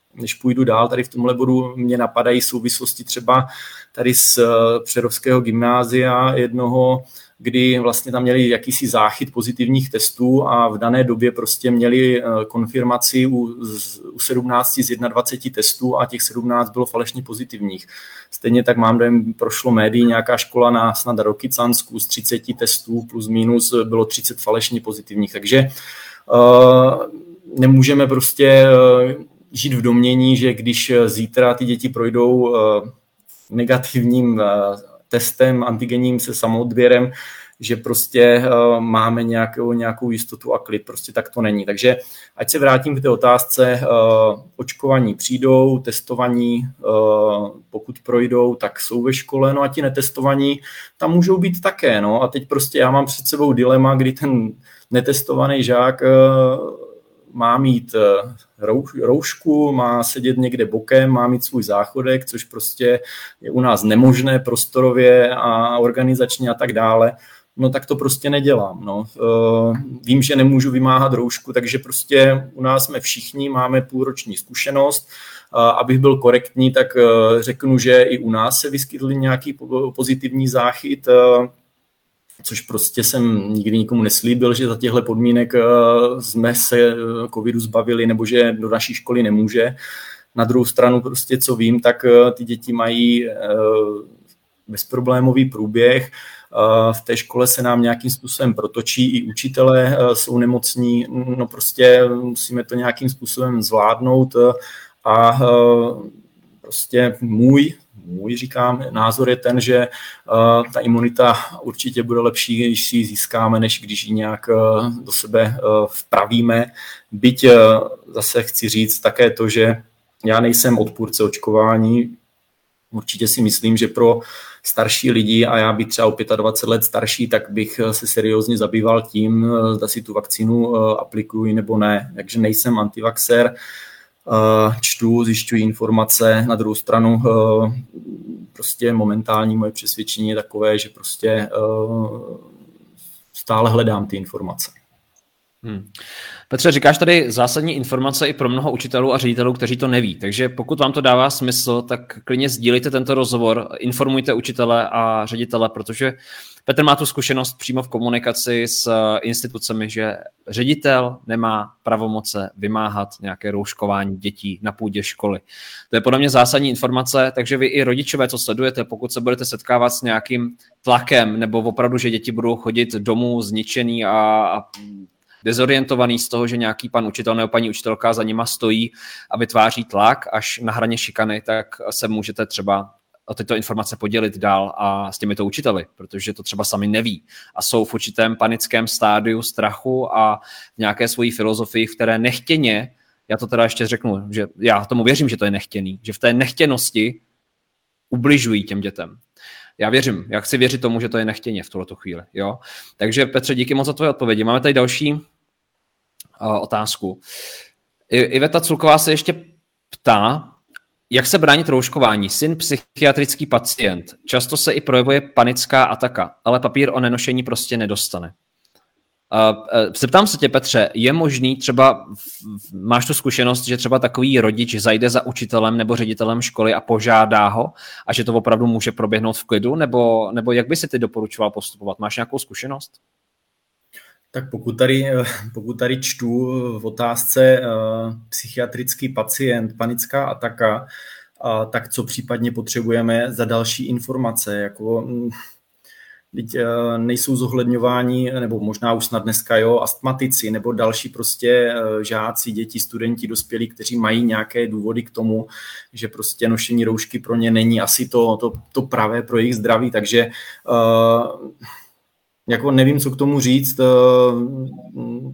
než půjdu dál, tady v tomhle bodu mě napadají souvislosti třeba tady z Přerovského gymnázia jednoho, kdy vlastně tam měli jakýsi záchyt pozitivních testů a v dané době prostě měli konfirmaci u, u sedmnácti z dvaceti jedna testů a těch sedmnáct bylo falešně pozitivních. Stejně tak mám dojem, prošlo médií nějaká škola na snad Rokycansku z třiceti testů plus minus bylo třicet falešně pozitivních. Takže uh, nemůžeme prostě uh, žít v domnění, že když zítra ty děti projdou uh, negativním uh, testem, antigenním se samoodběrem, že prostě uh, máme nějakou, nějakou jistotu a klid. Prostě tak to není. Takže ať se vrátím k té otázce, uh, očkovaní přijdou, testovaní, uh, pokud projdou, tak jsou ve škole, no a ti netestovaní tam můžou být také. No. A teď prostě já mám před sebou dilema, kdy ten netestovaný žák uh, má mít roušku, má sedět někde bokem, má mít svůj záchodek, což prostě je u nás nemožné prostorově a organizačně a tak dále. No tak to prostě nedělám. No. Vím, že nemůžu vymáhat roušku, takže prostě u nás jsme všichni, máme půlroční zkušenost. Abych byl korektní, tak řeknu, že i u nás se vyskytl nějaký pozitivní záchyt, což prostě jsem nikdy nikomu neslíbil, že za těchto podmínek jsme se covidu zbavili nebo že do naší školy nemůže. Na druhou stranu prostě co vím, tak ty děti mají bezproblémový průběh. V té škole se nám nějakým způsobem protočí, i učitelé jsou nemocní, no prostě musíme to nějakým způsobem zvládnout a prostě můj Můj, říkám, názor je ten, že uh, ta imunita určitě bude lepší, když si ji získáme, než když ji nějak uh, do sebe uh, vpravíme. Byť uh, zase chci říct také to, že já nejsem odpůrce očkování. Určitě si myslím, že pro starší lidi, a já bych třeba o dvacet pět let starší, tak bych se seriózně zabýval tím, zda si tu vakcínu uh, aplikuji nebo ne. Takže nejsem antivaxer. Čtu, zjišťuji informace, na druhou stranu prostě momentální moje přesvědčení je takové, že prostě stále hledám ty informace. Hmm. Petře, říkáš tady zásadní informace i pro mnoho učitelů a ředitelů, kteří to neví, takže pokud vám to dává smysl, tak klidně sdílejte tento rozhovor, informujte učitele a ředitele, protože Petr má tu zkušenost přímo v komunikaci s institucemi, že ředitel nemá pravomoce vymáhat nějaké rouškování dětí na půdě školy. To je podle mě zásadní informace, takže vy i rodičové, co sledujete, pokud se budete setkávat s nějakým tlakem nebo opravdu, že děti budou chodit domů zničený a, a dezorientovaný z toho, že nějaký pan učitel nebo paní učitelka za nima stojí a vytváří tlak až na hraně šikany, tak se můžete třeba o tyto informace podělit dál a s těmito učiteli, protože to třeba sami neví a jsou v určitém panickém stádiu strachu a v nějaké svojí filozofii, v které nechtěně, já to teda ještě řeknu, že já tomu věřím, že to je nechtěný, že v té nechtěnosti ubližují těm dětem. Já věřím, já chci věřit tomu, že to je nechtěně v tuhleto chvíli. Jo? Takže Petře, díky moc za tvoje odpovědi. Máme tady další uh, otázku. I, Iveta Culková se ještě ptá, jak se bránit rouškování? Syn psychiatrický pacient. Často se i projevuje panická ataka, ale papír o nenošení prostě nedostane. Zeptám se tě, Petře, je možný třeba, máš tu zkušenost, že třeba takový rodič zajde za učitelem nebo ředitelem školy a požádá ho a že to opravdu může proběhnout v klidu, nebo, nebo jak by si ty doporučoval postupovat? Máš nějakou zkušenost? Tak pokud tady, pokud tady čtu v otázce uh, psychiatrický pacient, panická ataka, uh, tak co případně potřebujeme za další informace, jako Teď nejsou zohledňováni, nebo možná už snad dneska, jo, astmatici nebo další prostě žáci, děti, studenti, dospělí, kteří mají nějaké důvody k tomu, že prostě nošení roušky pro ně není asi to, to, to pravé pro jejich zdraví, takže uh, jako nevím, co k tomu říct. Uh,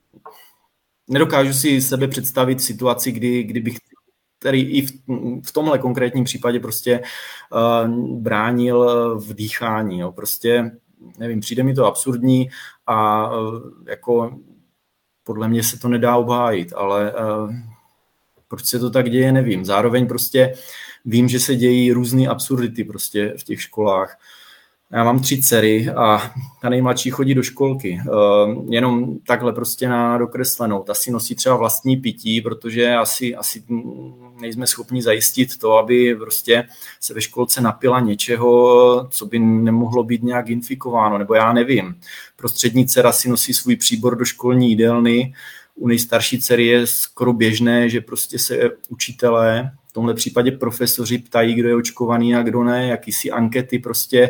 nedokážu si sebe představit situaci, kdy, kdybych který i v, v tomhle konkrétním případě prostě uh, bránil v dýchání. Jo. Prostě, nevím, přijde mi to absurdní a uh, jako podle mě se to nedá obhájit, ale uh, proč se to tak děje, nevím. Zároveň prostě vím, že se dějí různé absurdity prostě v těch školách. Já mám tři dcery a ta nejmladší chodí do školky. Uh, jenom takhle prostě na dokreslenou. Ta si nosí třeba vlastní pití, protože asi, asi nejsme schopni zajistit to, aby prostě se ve školce napila něčeho, co by nemohlo být nějak infikováno, nebo já nevím. Prostřední dcera si nosí svůj příbor do školní jídelny. U nejstarší dcery je skoro běžné, že prostě se učitelé, v tomhle případě profesoři, ptají, kdo je očkovaný a kdo ne, jakýsi ankety prostě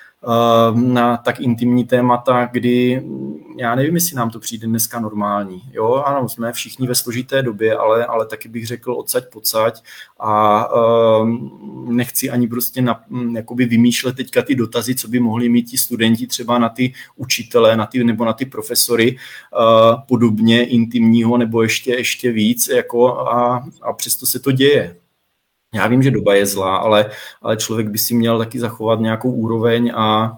na tak intimní témata, kdy já nevím, jestli nám to přijde dneska normální. Jo, ano, jsme všichni ve složité době, ale, ale taky bych řekl odsaď pocať a uh, nechci ani prostě na, jakoby vymýšlet teďka ty dotazy, co by mohli mít ti studenti třeba na ty učitele, na ty, nebo na ty profesory uh, podobně intimního nebo ještě, ještě víc jako a, a přesto se to děje. Já vím, že doba je zlá, ale, ale člověk by si měl taky zachovat nějakou úroveň a, a,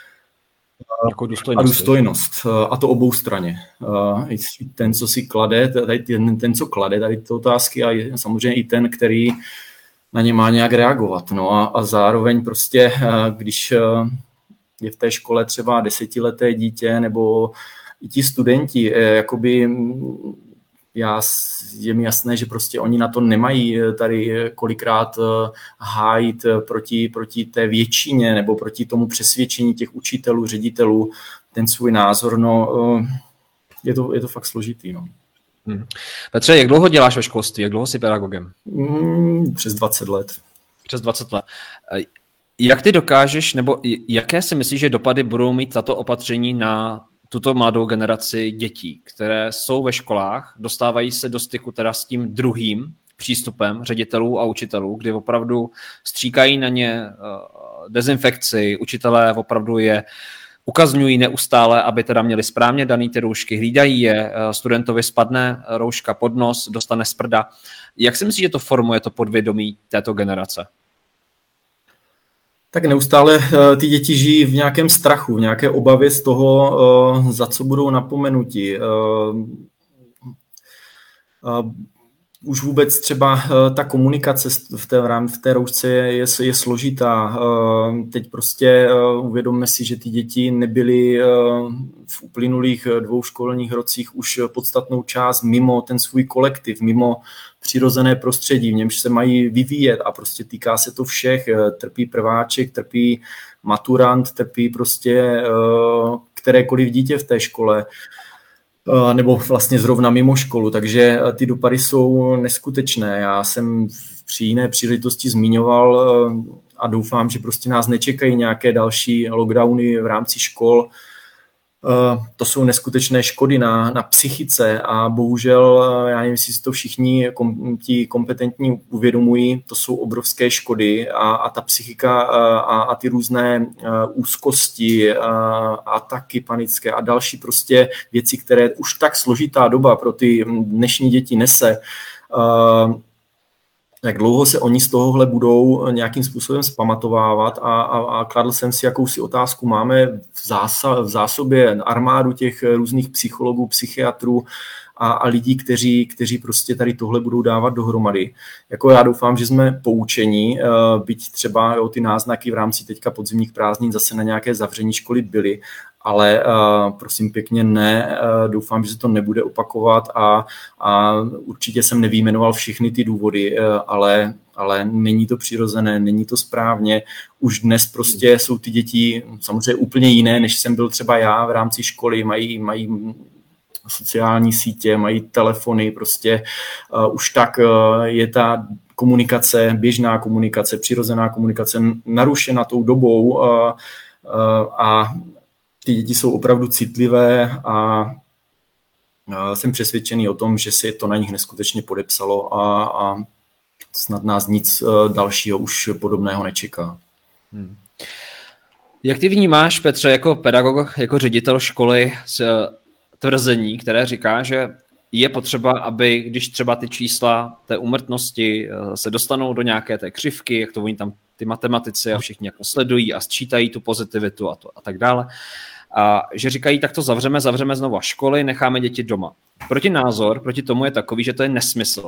důstojnost, a důstojnost. A to obou straně. I ten, co si klade, tady ten, ten, co klade tady ty otázky a samozřejmě i ten, který na ně má nějak reagovat. No a, a zároveň prostě, když je v té škole třeba desetileté dítě nebo i ti studenti, jakoby já, je mi jasné, že prostě oni na to nemají tady kolikrát hájit proti, proti té většině nebo proti tomu přesvědčení těch učitelů, ředitelů, ten svůj názor, no je to, je to fakt složitý. No. Hmm. Petře, jak dlouho děláš ve školství? Jak dlouho jsi pedagogem? Hmm, přes dvacet let. Přes dvacet let. Jak ty dokážeš, nebo jaké si myslíš, že dopady budou mít tato opatření na tuto mladou generaci dětí, které jsou ve školách, dostávají se do styku teda s tím druhým přístupem ředitelů a učitelů, kdy opravdu stříkají na ně dezinfekci, učitelé opravdu je ukazňují neustále, aby teda měli správně daný ty roušky, hlídají je, studentovi spadne rouška pod nos, dostane z prda. Jak si myslíš, že to formuje to podvědomí této generace? Tak neustále ty děti žijí v nějakém strachu, v nějaké obavě z toho, za co budou napomenuti. Už vůbec třeba ta komunikace v té, v té roušce je, je složitá. Teď prostě uvědomme si, že ty děti nebyly v uplynulých dvou školních rocích už podstatnou část mimo ten svůj kolektiv, mimo přirozené prostředí, v němž se mají vyvíjet a prostě týká se to všech. Trpí prváček, trpí maturant, trpí prostě kterékoliv dítě v té škole nebo vlastně zrovna mimo školu, takže ty dopady jsou neskutečné. Já jsem při jiné příležitosti zmiňoval a doufám, že prostě nás nečekají nějaké další lockdowny v rámci škol. To jsou neskutečné škody na, na psychice a bohužel, já nevím, jestli si to všichni kom, ti kompetentní uvědomují, to jsou obrovské škody a, a ta psychika a, a ty různé úzkosti, a, ataky panické a další prostě věci, které už tak složitá doba pro ty dnešní děti nese, jak dlouho se oni z tohohle budou nějakým způsobem zpamatovávat a, a, a kladl jsem si jakousi otázku. Máme v, zása, v zásobě armádu těch různých psychologů, psychiatrů a, a lidí, kteří, kteří prostě tady tohle budou dávat dohromady. Jako já doufám, že jsme poučení, byť třeba jo, ty náznaky v rámci teďka podzimních prázdnin zase na nějaké zavření školy byly, ale uh, prosím pěkně ne, uh, doufám, že se to nebude opakovat a, a určitě jsem nevyjmenoval všechny ty důvody, uh, ale, ale není to přirozené, není to správně. Už dnes prostě jsou ty děti samozřejmě úplně jiné, než jsem byl třeba já v rámci školy, mají, mají sociální sítě, mají telefony, prostě uh, už tak uh, je ta komunikace, běžná komunikace, přirozená komunikace narušena tou dobou uh, uh, a ty děti jsou opravdu citlivé a jsem přesvědčený o tom, že si to na nich neskutečně podepsalo a, a snad nás nic dalšího už podobného nečeká. Hmm. Jak ty vnímáš, Petře, jako pedagog, jako ředitel školy tvrzení, které říká, že je potřeba, aby když třeba ty čísla té úmrtnosti se dostanou do nějaké té křivky, jak to oni tam ty matematici a všichni jako sledují a sčítají tu pozitivitu a, to, a tak dále, a že říkají, tak to zavřeme, zavřeme znova školy, necháme děti doma. Proti názor, proti tomu je takový, že to je nesmysl.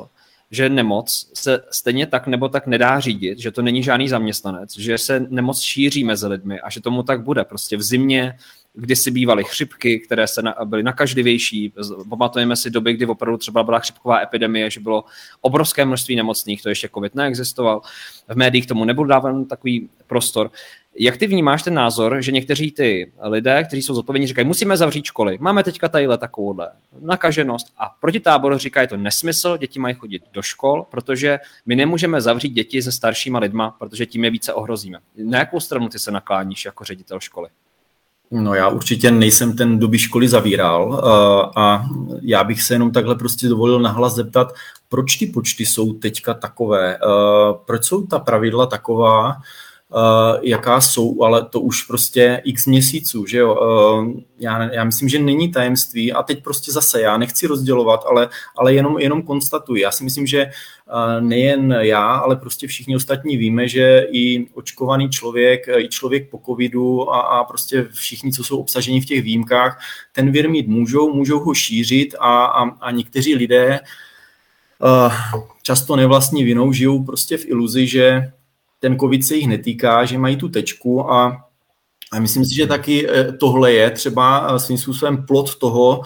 že nemoc se stejně tak nebo tak nedá řídit, že to není žádný zaměstnanec, že se nemoc šíří mezi lidmi a že tomu tak bude. Prostě v zimě, kdy si bývaly chřipky, které se na, byly nakažlivější. Pamatujeme si doby, kdy opravdu třeba byla chřipková epidemie, že bylo obrovské množství nemocných, to ještě covid neexistoval. V médiích tomu nebyl dáván takový prostor. Jak ty vnímáš ten názor, že někteří ty lidé, kteří jsou zodpovědní, říkají, musíme zavřít školy, máme teďka tadyhle takovouhle nakaženost a protitábor říká, je to nesmysl, děti mají chodit do škol, protože my nemůžeme zavřít děti se staršíma lidma, protože tím je více ohrozíme. Na jakou stranu ty se nakláníš jako ředitel školy? No já určitě nejsem ten, kdo by školy zavíral a já bych se jenom takhle prostě dovolil nahlas zeptat, proč ty počty jsou teďka takové, proč jsou ta pravidla taková, Uh, jaká jsou, ale to už prostě x měsíců, že jo. Uh, já, já myslím, že není tajemství a teď prostě zase já nechci rozdělovat, ale, ale jenom, jenom konstatuji. Já si myslím, že uh, nejen já, ale prostě všichni ostatní víme, že i očkovaný člověk, i člověk po covidu a, a prostě všichni, co jsou obsaženi v těch výjimkách, ten vir mít můžou, můžou ho šířit a, a, a někteří lidé uh, často nevlastní vinou žijou prostě v iluzi, že ten covid se jich netýká, že mají tu tečku a, a myslím si, že taky tohle je třeba svým způsobem plod toho,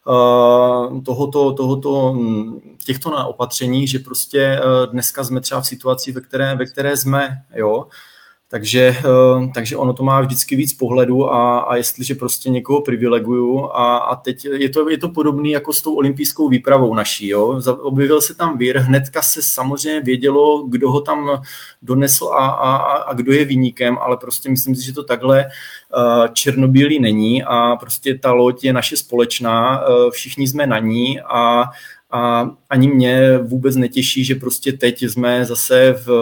tohoto, tohoto, těchto opatření, že prostě dneska jsme třeba v situaci, ve které, ve které jsme, jo. Takže, takže ono to má vždycky víc pohledu a, a jestliže prostě někoho privileguju a, a teď je to, je to podobný jako s tou olympijskou výpravou naší. Jo? Objevil se tam vir, hnedka se samozřejmě vědělo, kdo ho tam donesl a, a, a kdo je viníkem, ale prostě myslím si, že to takhle černobílý není a prostě ta loď je naše společná, všichni jsme na ní a a ani mě vůbec netěší, že prostě teď jsme zase v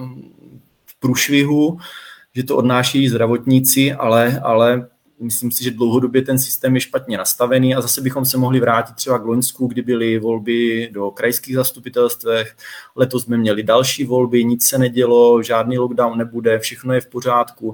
průšvihu, že to odnáší zdravotníci, ale, ale myslím si, že dlouhodobě ten systém je špatně nastavený a zase bychom se mohli vrátit třeba k Loňsku, kdy byly volby do krajských zastupitelstvech, letos jsme měli další volby, nic se nedělo, žádný lockdown nebude, všechno je v pořádku.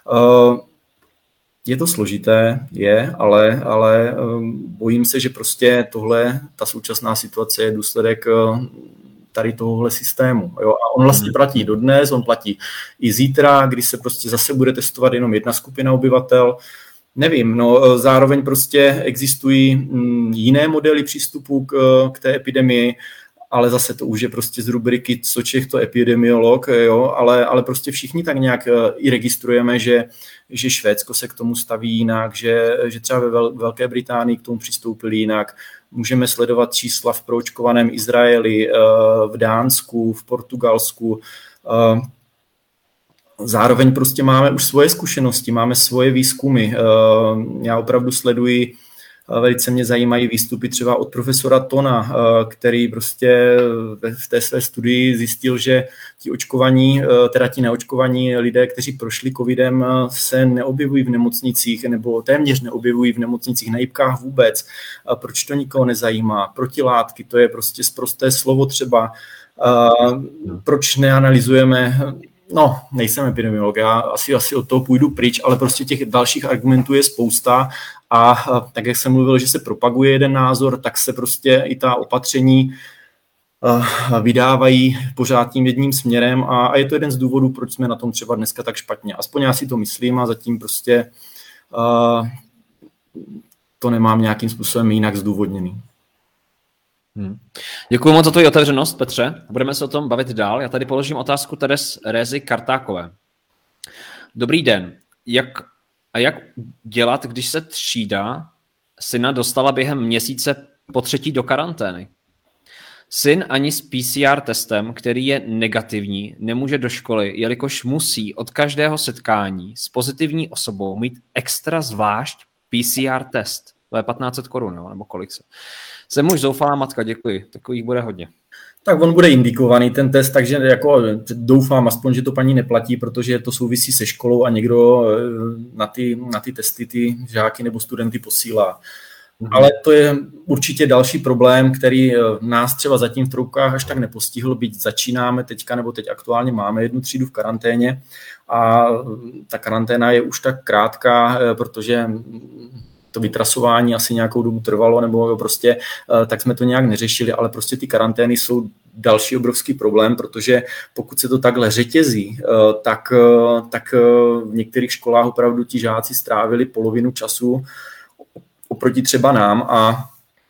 Je to složité, je, ale, ale bojím se, že prostě tohle, ta současná situace je důsledek tady tohohle systému. Jo? A on vlastně platí dodnes, on platí i zítra, kdy se prostě zase bude testovat jenom jedna skupina obyvatel. Nevím, no zároveň prostě existují jiné modely přístupu k, k té epidemii, ale zase to už je prostě z rubriky co Čech, to epidemiolog, jo? Ale, ale prostě všichni tak nějak i registrujeme, že, že Švédsko se k tomu staví jinak, že, že třeba ve Velké Británii k tomu přistoupili jinak. Můžeme sledovat čísla v proočkovaném Izraeli, v Dánsku, v Portugalsku. Zároveň prostě máme už svoje zkušenosti, máme svoje výzkumy. Já opravdu sleduji, velice mě zajímají výstupy třeba od profesora Tona, který prostě v té své studii zjistil, že ti očkovaní, teda ti neočkovaní lidé, kteří prošli covidem, se neobjevují v nemocnicích nebo téměř neobjevují v nemocnicích, na jipkách vůbec. Proč to nikoho nezajímá? Protilátky, to je prostě sprosté slovo třeba. Proč neanalyzujeme... No, nejsem epidemiolog, já asi, asi od toho půjdu pryč, ale prostě těch dalších argumentů je spousta a, a tak, jak jsem mluvil, že se propaguje jeden názor, tak se prostě i ta opatření a, vydávají pořád tím jedním směrem a, a je to jeden z důvodů, proč jsme na tom třeba dneska tak špatně. Aspoň já si to myslím a zatím prostě a, to nemám nějakým způsobem jinak zdůvodněný. Hmm. Děkuji moc za tvoji otevřenost, Petře. Budeme se o tom bavit dál. Já tady položím otázku Teres Rézy Kartákové. Dobrý den. Jak, a jak dělat, když se třída syna dostala během měsíce po třetí do karantény? Syn ani s P C R testem, který je negativní, nemůže do školy, jelikož musí od každého setkání s pozitivní osobou mít extra zvlášť P C R test. To je patnáct set korun, nebo kolik se. Jsem už zoufalá matka, děkuji. Takových bude hodně. Tak on bude indikovaný ten test, takže jako doufám aspoň, že to paní neplatí, protože to souvisí se školou a někdo na ty, na ty testy ty žáky nebo studenty posílá. Mhm. Ale to je určitě další problém, který nás třeba zatím v troubkách až tak nepostihl, byť začínáme teďka, nebo teď aktuálně máme jednu třídu v karanténě a ta karanténa je už tak krátká, protože to vytrasování asi nějakou dobu trvalo, nebo prostě tak jsme to nějak neřešili, ale prostě ty karantény jsou další obrovský problém, protože pokud se to takhle řetězí, tak, tak v některých školách opravdu ti žáci strávili polovinu času oproti třeba nám a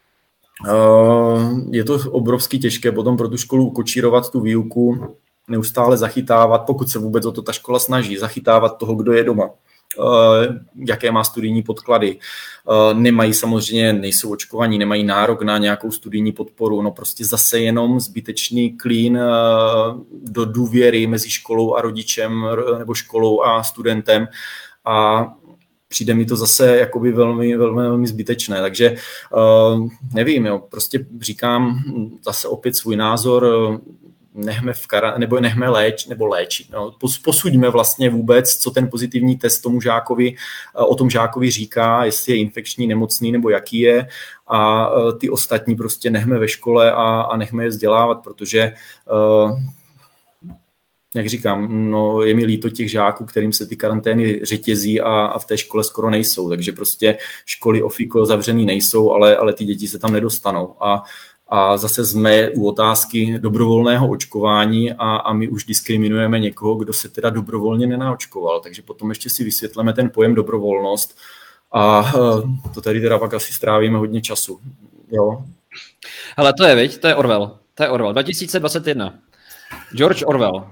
je to obrovsky těžké potom pro tu školu ukočírovat tu výuku, neustále zachytávat, pokud se vůbec o to ta škola snaží, zachytávat toho, kdo je doma, jaké má studijní podklady. Nemají samozřejmě, nejsou očkovaní, nemají nárok na nějakou studijní podporu, no prostě zase jenom zbytečný klín do důvěry mezi školou a rodičem nebo školou a studentem a přijde mi to zase jakoby velmi, velmi, velmi zbytečné, takže uh, nevím, jo, prostě říkám zase opět svůj názor, nechme v kara, nebo nechme léč, nebo léčit. No. Posuďme vlastně vůbec, co ten pozitivní test tomu žákovi, o tom žákovi říká, jestli je infekční, nemocný, nebo jaký je a ty ostatní prostě nechme ve škole a, a nechme je vzdělávat, protože uh, jak říkám, no, je mi líto těch žáků, kterým se ty karantény řetězí a, a v té škole skoro nejsou, takže prostě školy ofiko zavřený nejsou, ale, ale ty děti se tam nedostanou. A, a zase jsme u otázky dobrovolného očkování a, a my už diskriminujeme někoho, kdo se teda dobrovolně nenaočkoval, takže potom ještě si vysvětleme ten pojem dobrovolnost a to tady teda pak asi strávíme hodně času. Jo. Hele, to je, viď? To je Orwell. To je Orwell. dva tisíce dvacet jedna. George Orwell.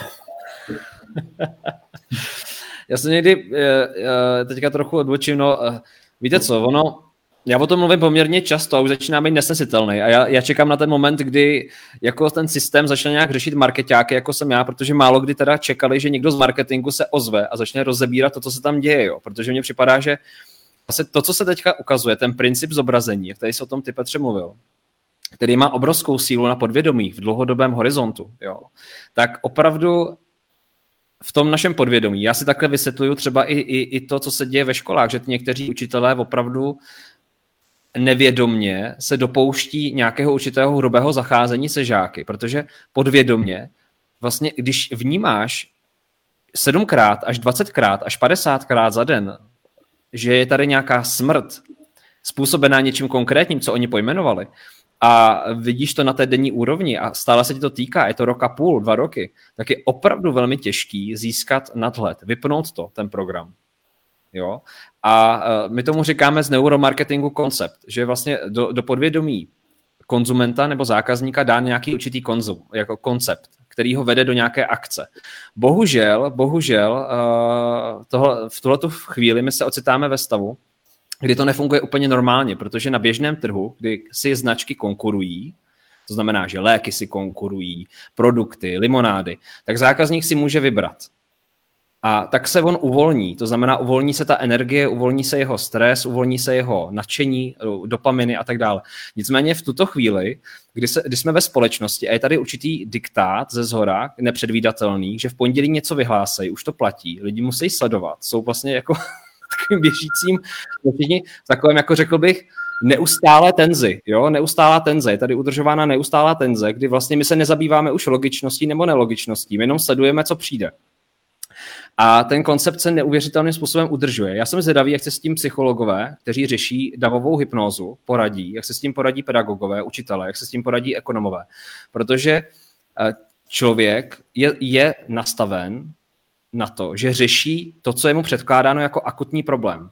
Já jsem někdy teďka trochu odbočím, no víte co, ono, já o tom mluvím poměrně často a už začíná být nesnesitelný a já, já čekám na ten moment, kdy jako ten systém začne nějak řešit markeťáky, jako jsem já, protože málo kdy teda čekali, že někdo z marketingu se ozve a začne rozebírat to, co se tam děje, jo, protože mně připadá, že vlastně to, co se teďka ukazuje, ten princip zobrazení, jak tady se o tom ty, Petře, mluvil, který má obrovskou sílu na podvědomí v dlouhodobém horizontu, jo, tak opravdu v tom našem podvědomí, já si takhle vysvětluju třeba i, i, i to, co se děje ve školách, že někteří učitelé opravdu nevědomně se dopouští nějakého určitého hrubého zacházení se žáky, protože podvědomě vlastně, když vnímáš sedmkrát až dvacetkrát až padesátkrát za den, že je tady nějaká smrt způsobená něčím konkrétním, co oni pojmenovali, a vidíš to na té denní úrovni a stále se ti to týká, je to rok a půl, dva roky, tak je opravdu velmi těžký získat nadhled, vypnout to, ten program. Jo? A my tomu říkáme z neuromarketingu koncept, že vlastně do, do podvědomí konzumenta nebo zákazníka dá nějaký určitý konzum, jako koncept, který ho vede do nějaké akce. Bohužel, bohužel tohle, v tuhletu chvíli my se ocitáme ve stavu, kdy to nefunguje úplně normálně, protože na běžném trhu, kdy si značky konkurují, to znamená, že léky si konkurují, produkty, limonády, tak zákazník si může vybrat. A tak se on uvolní, to znamená, uvolní se ta energie, uvolní se jeho stres, uvolní se jeho nadšení, dopaminy a tak dále. Nicméně v tuto chvíli, kdy, se, kdy jsme ve společnosti a je tady určitý diktát ze zhora, nepředvídatelný, že v pondělí něco vyhlásejí, už to platí, lidi musí sledovat, jsou vlastně jako takovým běžícím, takovým, jako řekl bych, neustálé tenzi, jo, neustálá tenze, je tady udržována neustálá tenze, kdy vlastně my se nezabýváme už logičností nebo nelogičností, my jenom sledujeme, co přijde. A ten koncept se neuvěřitelným způsobem udržuje. Já jsem zvědavý, jak se s tím psychologové, kteří řeší davovou hypnózu, poradí, jak se s tím poradí pedagogové, učitelé, jak se s tím poradí ekonomové. Protože člověk je, je nastaven na to, že řeší to, co je mu předkládáno jako akutní problém.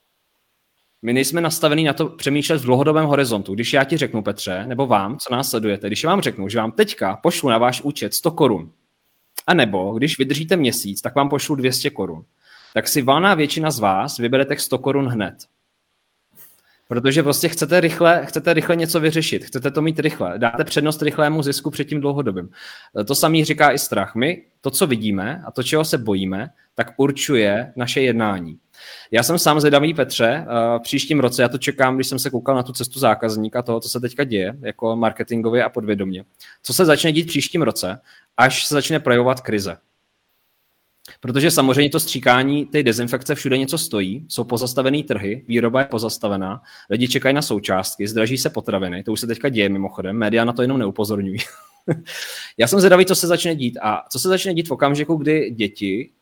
My nejsme nastavení na to přemýšlet v dlouhodobém horizontu. Když já ti řeknu, Petře, nebo vám, co nás sledujete, když vám řeknu, že vám teďka pošlu na váš účet sto korun, a nebo když vydržíte měsíc, tak vám pošlu dvě stě korun, tak si valná většina z vás vybere těch sto korun hned. Protože prostě chcete rychle, chcete rychle něco vyřešit, chcete to mít rychle, dáte přednost rychlému zisku před tím dlouhodobým. To samý říká i strach. My to, co vidíme a to, čeho se bojíme, tak určuje naše jednání. Já jsem sám zvědavý, Petře, v příštím roce, já to čekám, když jsem se koukal na tu cestu zákazníka, toho, co se teďka děje, jako marketingově a podvědomě. Co se začne dít v příštím roce, až se začne projevovat krize. Protože samozřejmě to stříkání, ty dezinfekce všude něco stojí, jsou pozastavený trhy, výroba je pozastavená, lidi čekají na součástky, zdraží se potraviny, to už se teďka děje mimochodem, média na to jenom neupozorňují. Já jsem zvědavý, co se začne dít a co se začne dít v okamžiku, kdy děti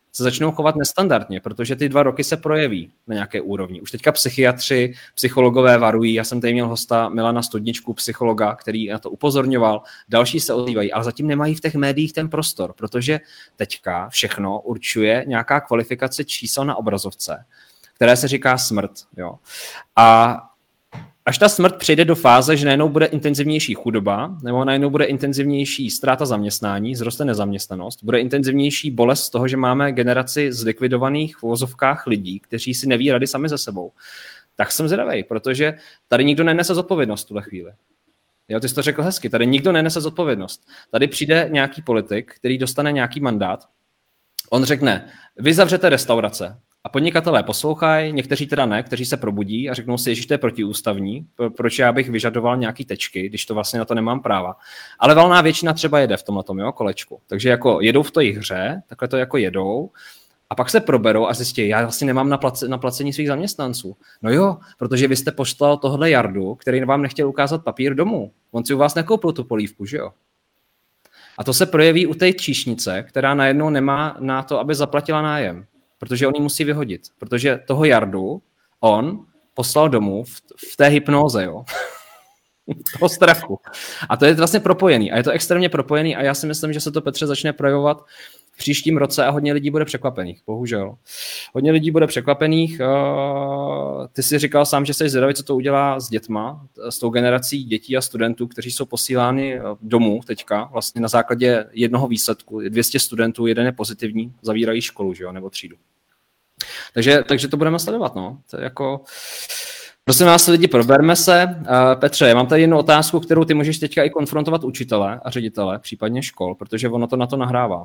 se začnou chovat nestandardně, protože ty dva roky se projeví na nějaké úrovni. Už teďka psychiatři, psychologové varují, já jsem tady měl hosta Milana Studničku, psychologa, který na to upozorňoval, další se ozývají, ale zatím nemají v těch médiích ten prostor, protože teďka všechno určuje nějaká kvalifikace čísel na obrazovce, které se říká smrt. Jo. A až ta smrt přijde do fáze, že najednou bude intenzivnější chudoba, nebo najednou bude intenzivnější ztráta zaměstnání, zroste nezaměstnanost, bude intenzivnější bolest z toho, že máme generaci zlikvidovaných v uvozovkách lidí, kteří si neví rady sami ze sebou, tak jsem zvědavej, protože tady nikdo nenese zodpovědnost v tuhle chvíli. Jo, ty jsi to řekl hezky, tady nikdo nenese zodpovědnost. Tady přijde nějaký politik, který dostane nějaký mandát, on řekne, vy zavřete restaurace, a podnikatelé poslouchají, někteří teda ne, kteří se probudí a řeknou si, že to je protiústavní, proč já bych vyžadoval nějaký tečky, když to vlastně na to nemám práva. Ale valná většina třeba jede v tomhletom jo, kolečku. Takže jako jedou v té hře, takhle to jako jedou, a pak se proberou a zjistí, já vlastně nemám na, place, na placení svých zaměstnanců. No jo, protože vy jste poslal tohle Jardu, který vám nechtěl ukázat papír domů. On si u vás nekoupil tu polívku, že jo? A to se projeví u té číšnice, která najednou nemá na to, aby zaplatila nájem. Protože on ji musí vyhodit. Protože toho Jardu on poslal domů v, v té hypnóze, jo. toho strachu. A to je vlastně propojený. A je to extrémně propojený a já si myslím, že se to, Petře, začne projevovat v příštím roce a hodně lidí bude překvapených. Bohužel. Hodně lidí bude překvapených. Ty jsi říkal sám, že jsi zvědavý, co to udělá s dětma, s tou generací dětí a studentů, kteří jsou posílány domů teďka, vlastně na základě jednoho výsledku. dvě stě studentů, jeden je pozitivní, zavírají školu, že jo, nebo třídu. Takže, takže to budeme sledovat, no. To je jako... Prosím vás, lidi, proberme se. Petře, já mám tady jednu otázku, kterou ty můžeš teďka i konfrontovat učitele a ředitele, případně škol, protože ono to na to nahrává.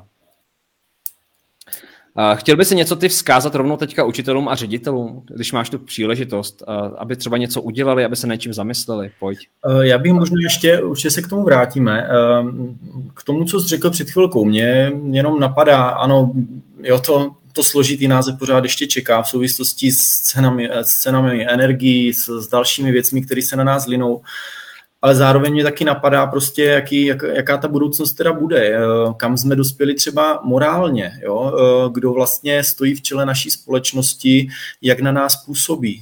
Chtěl by si něco ty vzkázat rovnou teďka učitelům a ředitelům, když máš tu příležitost, aby třeba něco udělali, aby se něčím zamysleli? Pojď. Já bych možná ještě, určitě se k tomu vrátíme. K tomu, co jsi řekl před chvilkou, mě jenom napadá, ano, jo, to, to složitý název pořád ještě čeká v souvislosti s cenami, s cenami energií, s, s dalšími věcmi, které se na nás linou. Ale zároveň mě taky napadá prostě, jaký, jak, jaká ta budoucnost teda bude, kam jsme dospěli třeba morálně, jo? Kdo vlastně stojí v čele naší společnosti, jak na nás působí.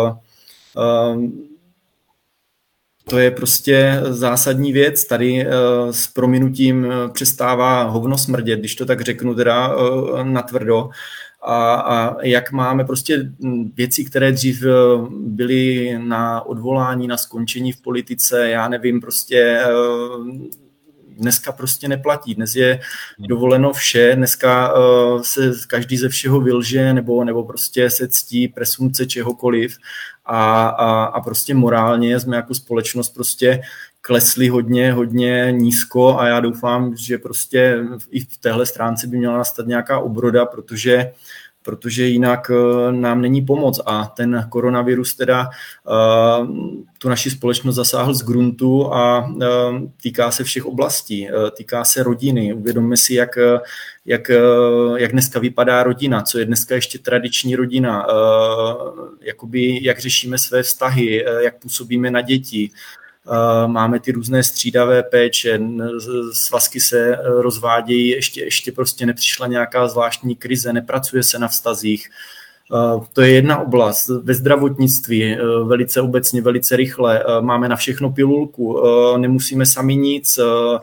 To je prostě zásadní věc. Tady s prominutím přestává hovno smrdět, když to tak řeknu teda natvrdo. A, a jak máme prostě věci, které dřív byly na odvolání, na skončení v politice, já nevím, prostě dneska prostě neplatí. Dnes je dovoleno vše, dneska se každý ze všeho vylže nebo, nebo prostě se ctí presumpce čehokoliv a, a, a prostě morálně jsme jako společnost prostě klesli hodně, hodně nízko a já doufám, že prostě i v téhle stránce by měla nastat nějaká obroda, protože protože jinak nám není pomoc a ten koronavirus teda uh, tu naši společnost zasáhl z gruntu a uh, týká se všech oblastí, uh, týká se rodiny. Uvědomme si, jak, jak, uh, jak dneska vypadá rodina, co je dneska ještě tradiční rodina, uh, jakoby, jak řešíme své vztahy, uh, jak působíme na děti. Máme ty různé střídavé péče, svazky se rozvádějí, ještě, ještě prostě nepřišla nějaká zvláštní krize, nepracuje se na vztazích. To je jedna oblast. Ve zdravotnictví velice obecně, velice rychle. Máme na všechno pilulku, nemusíme sami nic.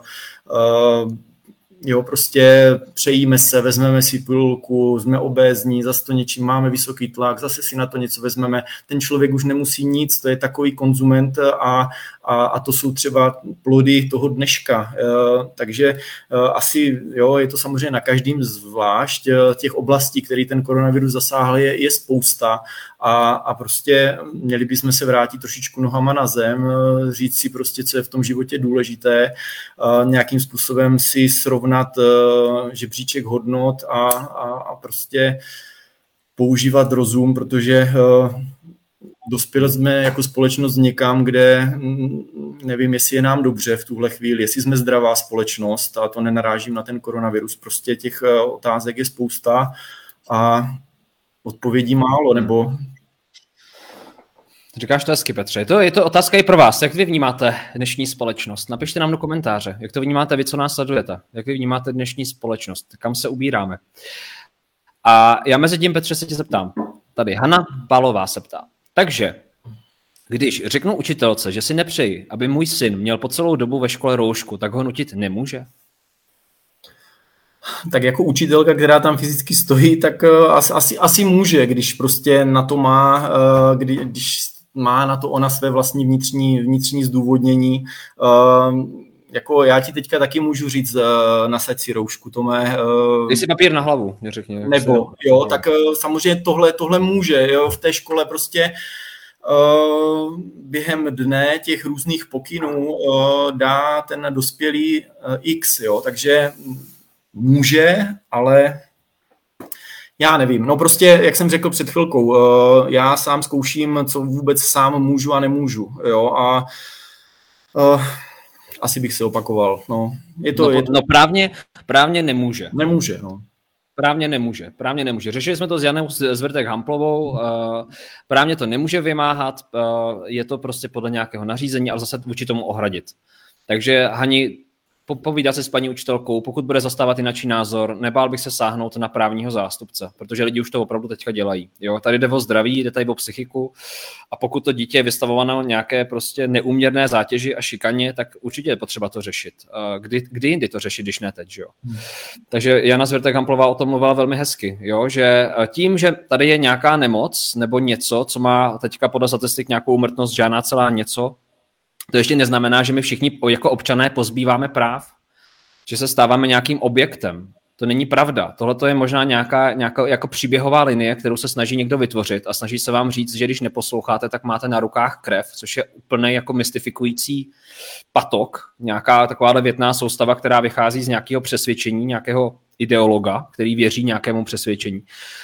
Jo, prostě přejíme se, vezmeme si pilulku, jsme obézní, zase to něčím máme vysoký tlak, zase si na to něco vezmeme. Ten člověk už nemusí nic, to je takový konzument a, a, a to jsou třeba plody toho dneška. E, takže e, asi jo, je to samozřejmě na každým zvlášť. Těch oblastí, které ten koronavirus zasáhl, je, je spousta a, a prostě měli bychom se vrátit trošičku nohama na zem, říct si prostě, co je v tom životě důležité, e, nějakým způsobem si srovnat žebříček hodnot a, a, a prostě používat rozum, protože dospěli jsme jako společnost někam, kde nevím, jestli je nám dobře v tuhle chvíli, jestli jsme zdravá společnost, a to nenarážím na ten koronavirus, prostě těch otázek je spousta a odpovědí málo, nebo... Říkáš to hezky, Petře. Je to, je to otázka i pro vás. Jak vy vnímáte dnešní společnost? Napište nám do komentáře. Jak to vnímáte vy, co nás sledujete? Jak vy vnímáte dnešní společnost? Kam se ubíráme? A já mezi tím, Petře, se tě zeptám. Tady Hana Balová se ptá. Takže, když řeknu učitelce, že si nepřeji, aby můj syn měl po celou dobu ve škole roušku, tak ho nutit nemůže? Tak jako učitelka, která tam fyzicky stojí, tak uh, asi, asi může, když prostě na to má, uh, kdy, když má na to ona své vlastní vnitřní, vnitřní zdůvodnění. Uh, jako já ti teďka taky můžu říct, uh, nasaď si roušku, Tome. Uh, Když si papír na hlavu, neřekni. Nebo, jo, tak uh, samozřejmě tohle, tohle může, jo, v té škole prostě uh, během dne těch různých pokynů uh, dá ten dospělý uh, X, jo, takže může, ale já nevím. No prostě, jak jsem řekl před chvilkou, já sám zkouším, co vůbec sám můžu a nemůžu. Jo? A uh, asi bych se opakoval. No, je to, no, je to... no právně, právně nemůže. Nemůže, no. Právně nemůže, právně nemůže. Řešili jsme to s Janou Zvrtek-Hamplovou, uh, právně to nemůže vymáhat, uh, je to prostě podle nějakého nařízení, ale zase vůči tomu ohradit. Takže Hani, povídat se s paní učitelkou, pokud bude zastávat jináčí názor, nebál bych se sáhnout na právního zástupce, protože lidi už to opravdu teďka dělají. Jo? Tady jde o zdraví, jde tady o psychiku a pokud to dítě je vystavováno nějaké prostě neúměrné zátěži a šikaně, tak určitě je potřeba to řešit. Kdy, kdy jindy to řešit, když ne teď, jo? Hmm. Takže Jana Zvrtek-Hamplová o tom mluvila velmi hezky, jo? Že tím, že tady je nějaká nemoc nebo něco, co má teďka podle statistik nějakou úmrtnost, žádná celá něco, to ještě neznamená, že my všichni jako občané pozbýváme práv, že se stáváme nějakým objektem. To není pravda. Tohle je možná nějaká, nějaká jako příběhová linie, kterou se snaží někdo vytvořit a snaží se vám říct, že když neposloucháte, tak máte na rukách krev, což je úplně jako mystifikující patok, nějaká takováhle větná soustava, která vychází z nějakého přesvědčení, nějakého ideologa, který věří nějakému přesvědčení.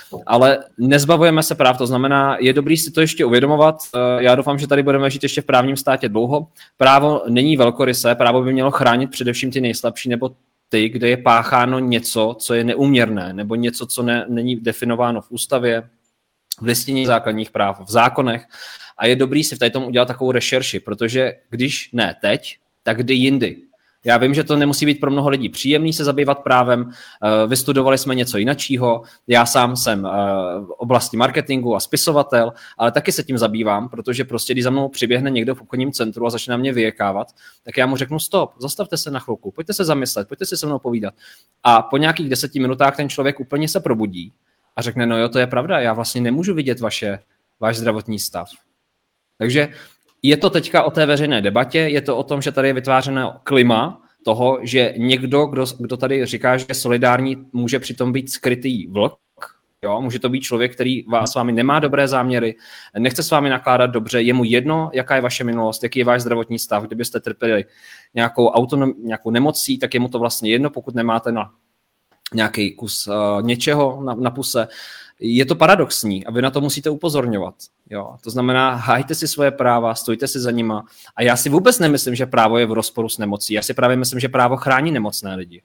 Ale nezbavujeme se práv, to znamená, je dobrý si to ještě uvědomovat. Já doufám, že tady budeme žít ještě v právním státě dlouho. Právo není velkorysé, právo by mělo chránit především ty nejslabší nebo ty, kde je pácháno něco, co je neúměrné, nebo něco, co ne, není definováno v ústavě, v listině základních práv, v zákonech. A je dobrý si v tom udělat takovou rešerši, protože když ne teď, tak kdy jindy. Já vím, že to nemusí být pro mnoho lidí příjemný se zabývat právem, vystudovali jsme něco jiného, já sám jsem v oblasti marketingu a spisovatel, ale taky se tím zabývám, protože prostě, když za mnou přiběhne někdo v obchodním centru a začne na mě vyjekávat, tak já mu řeknu stop, zastavte se na chvilku, pojďte se zamyslet, pojďte si se mnou povídat. A po nějakých deseti minutách ten člověk úplně se probudí a řekne, no jo, to je pravda, já vlastně nemůžu vidět vaše, váš zdravotní stav. Takže je to teďka o té veřejné debatě, je to o tom, že tady je vytvářeno klima toho, že někdo, kdo, kdo tady říká, že je solidární, může přitom být skrytý vlk. Jo? Může to být člověk, který vás s vámi nemá dobré záměry, nechce s vámi nakládat dobře, je mu jedno, jaká je vaše minulost, jaký je váš zdravotní stav, kdybyste trpěli nějakou, autonom, nějakou nemocí, tak je mu to vlastně jedno, pokud nemáte na nějaký kus uh, něčeho na, na puse. Je to paradoxní a vy na to musíte upozorňovat. Jo? To znamená, hájte si svoje práva, stojte si za nima. A já si vůbec nemyslím, že právo je v rozporu s nemocí. Já si právě myslím, že právo chrání nemocné lidi.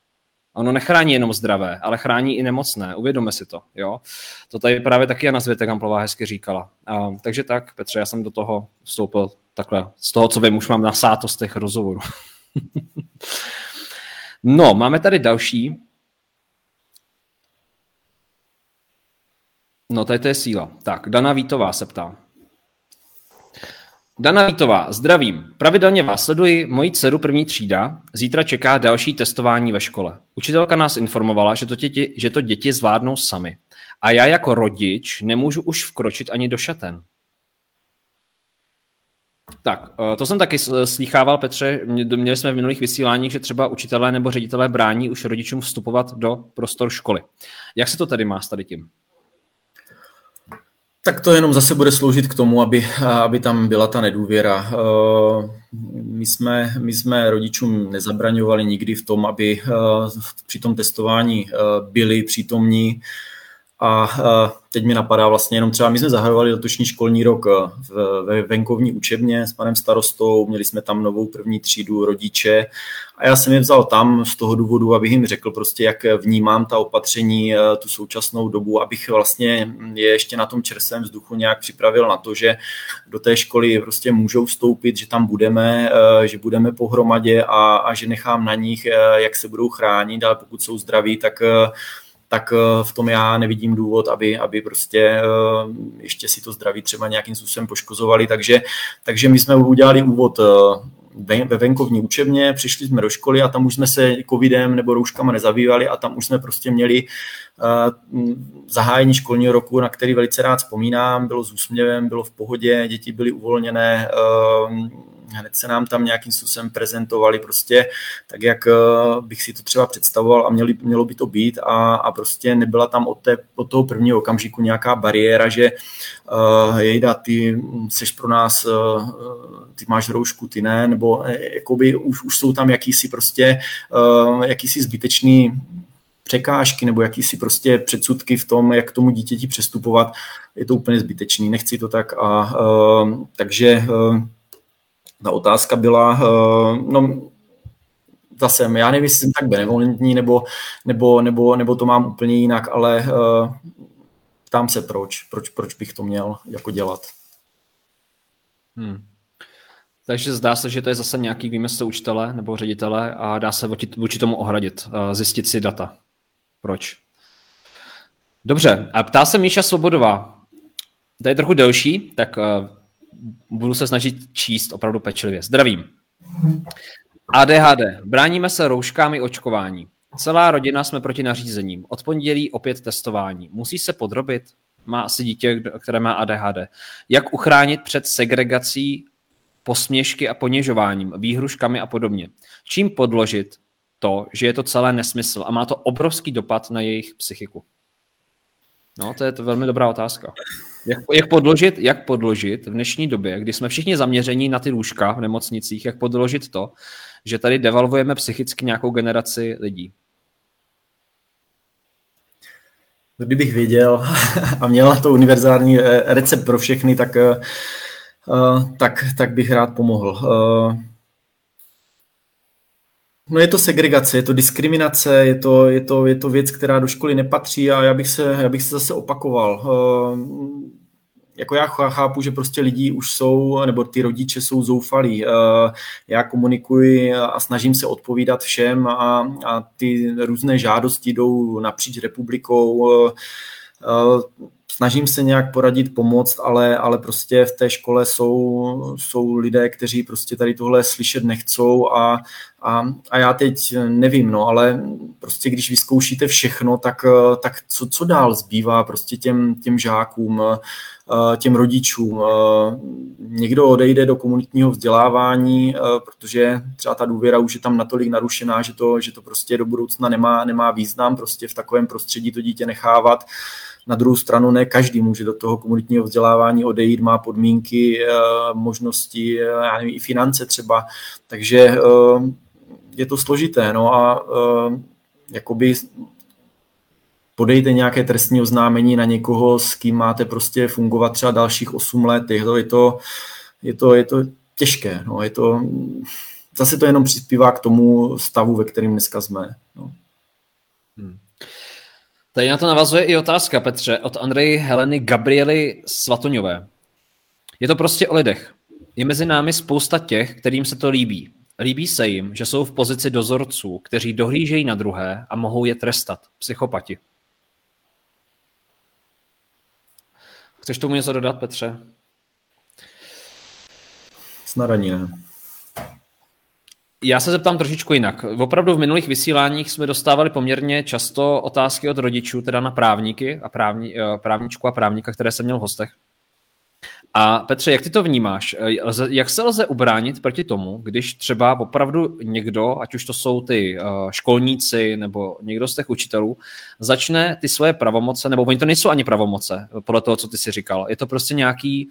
Ono nechrání jenom zdravé, ale chrání i nemocné. Uvědomme si to. Jo? To tady právě taky Jana Zvrtek-Hamplová hezky říkala. A, takže tak, Petře, já jsem do toho vstoupil takhle. Z toho, co vím, už mám nasáto z těch rozhovorů. No, máme tady další. No, tady to je síla. Tak, Dana Vítová se ptá. Dana Vítová, zdravím. Pravidelně vás sleduji, moji dceru první třída. Zítra čeká další testování ve škole. Učitelka nás informovala, že to děti, že to děti zvládnou sami. A já jako rodič nemůžu už vkročit ani do šaten. Tak, to jsem taky slýchával, Petře. Měli jsme v minulých vysíláních, že třeba učitelé nebo ředitelé brání už rodičům vstupovat do prostor školy. Jak se to tady má s tady tím? Tak to jenom zase bude sloužit k tomu, aby, aby tam byla ta nedůvěra. My jsme, my jsme rodičům nezabraňovali nikdy v tom, aby při tom testování byli přítomní. A teď mi napadá vlastně jenom třeba, my jsme zahajovali letošní školní rok ve venkovní učebně s panem starostou, měli jsme tam novou první třídu rodiče a já jsem je vzal tam z toho důvodu, abych jim řekl prostě, jak vnímám ta opatření, tu současnou dobu, abych vlastně je ještě na tom čerstvém vzduchu nějak připravil na to, že do té školy prostě můžou vstoupit, že tam budeme, že budeme pohromadě a, a že nechám na nich, jak se budou chránit, ale pokud jsou zdraví, tak tak v tom já nevidím důvod, aby, aby prostě ještě si to zdraví třeba nějakým způsobem poškozovali. Takže, takže my jsme udělali úvod ve venkovní učebně, přišli jsme do školy a tam už jsme se covidem nebo rouškama nezabývali a tam už jsme prostě měli uh, zahájení školního roku, na který velice rád vzpomínám, bylo s úsměvem, bylo v pohodě, děti byly uvolněné, uh, hned se nám tam nějakým způsobem prezentovali prostě tak, jak uh, bych si to třeba představoval a měli, mělo by to být a, a prostě nebyla tam od, té, od toho prvního okamžiku nějaká bariéra, že uh, jejda, ty seš pro nás, uh, ty máš roušku, ty ne, nebo jakoby už, už jsou tam jakýsi prostě uh, jakýsi zbytečný překážky nebo jakýsi prostě předsudky v tom, jak k tomu dítěti přestupovat, je to úplně zbytečný, nechci to tak a uh, takže uh, ta otázka byla, uh, no zase, já nevím, jestli jsem tak benevolentní, nebo, nebo, nebo, nebo to mám úplně jinak, ale uh, ptám se proč, proč, proč bych to měl jako dělat. Hmm. Takže zdá se, že to je zase nějaký výmysl učitele nebo ředitele a dá se vůči tomu ohradit, zjistit si data. Proč? Dobře, a ptá se Míša Svobodová. To je trochu delší, tak uh, budu se snažit číst opravdu pečlivě. Zdravím. A D H D. Bráníme se rouškám i očkování. Celá rodina jsme proti nařízením. Od pondělí opět testování. Musí se podrobit? Má asi dítě, které má A D H D. Jak uchránit před segregací, posměšky a ponižováním, výhruškami a podobně? Čím podložit to, že je to celé nesmysl a má to obrovský dopad na jejich psychiku? No, to je to velmi dobrá otázka. Jak, jak, podložit, jak podložit v dnešní době, kdy jsme všichni zaměření na ty lůžka v nemocnicích, jak podložit to, že tady devalvujeme psychicky nějakou generaci lidí? Kdybych věděl a měl to univerzální recept pro všechny, tak, tak, tak bych rád pomohl. No je to segregace, je to diskriminace, je to, je to, je to věc, která do školy nepatří a já bych se, já bych se zase opakoval. Jako já chápu, že prostě lidi už jsou, nebo ty rodiče jsou zoufalí. Já komunikuji a snažím se odpovídat všem a, a ty různé žádosti jdou napříč republikou. Snažím se nějak poradit, pomoct, ale, ale prostě v té škole jsou, jsou lidé, kteří prostě tady tohle slyšet nechcou a, a, a já teď nevím, no, ale prostě když vyzkoušíte všechno, tak, tak co, co dál zbývá prostě těm, těm žákům, těm rodičům. Někdo odejde do komunitního vzdělávání, protože třeba ta důvěra už je tam natolik narušená, že to, že to prostě do budoucna nemá, nemá význam prostě v takovém prostředí to dítě nechávat. Na druhou stranu ne každý může do toho komunitního vzdělávání odejít, má podmínky, možnosti, já nevím, i finance třeba, takže je to složité, no a jakoby podejte nějaké trestní oznámení na někoho, s kým máte prostě fungovat třeba dalších osm let, je to, je to, je to, je to těžké, no, je to, zase to jenom přispívá k tomu stavu, ve kterém dneska jsme, no. Hmm. Tady na to navazuje i otázka, Petře, od Andreji Heleny Gabriely Svatoňové. Je to prostě o lidech. Je mezi námi spousta těch, kterým se to líbí. Líbí se jim, že jsou v pozici dozorců, kteří dohlížejí na druhé a mohou je trestat. Psychopati. Chceš tomu něco dodat, Petře? Snad ani ne. Já se zeptám trošičku jinak. Opravdu v minulých vysíláních jsme dostávali poměrně často otázky od rodičů, teda na právníky a právní, právničku a právníka, které jsem měl v hostech. A Petře, jak ty to vnímáš? Jak se lze ubránit proti tomu, když třeba opravdu někdo, ať už to jsou ty školníci nebo někdo z těch učitelů, začne ty svoje pravomoce, nebo oni to nejsou ani pravomoce, podle toho, co ty jsi říkal. Je to prostě nějaký...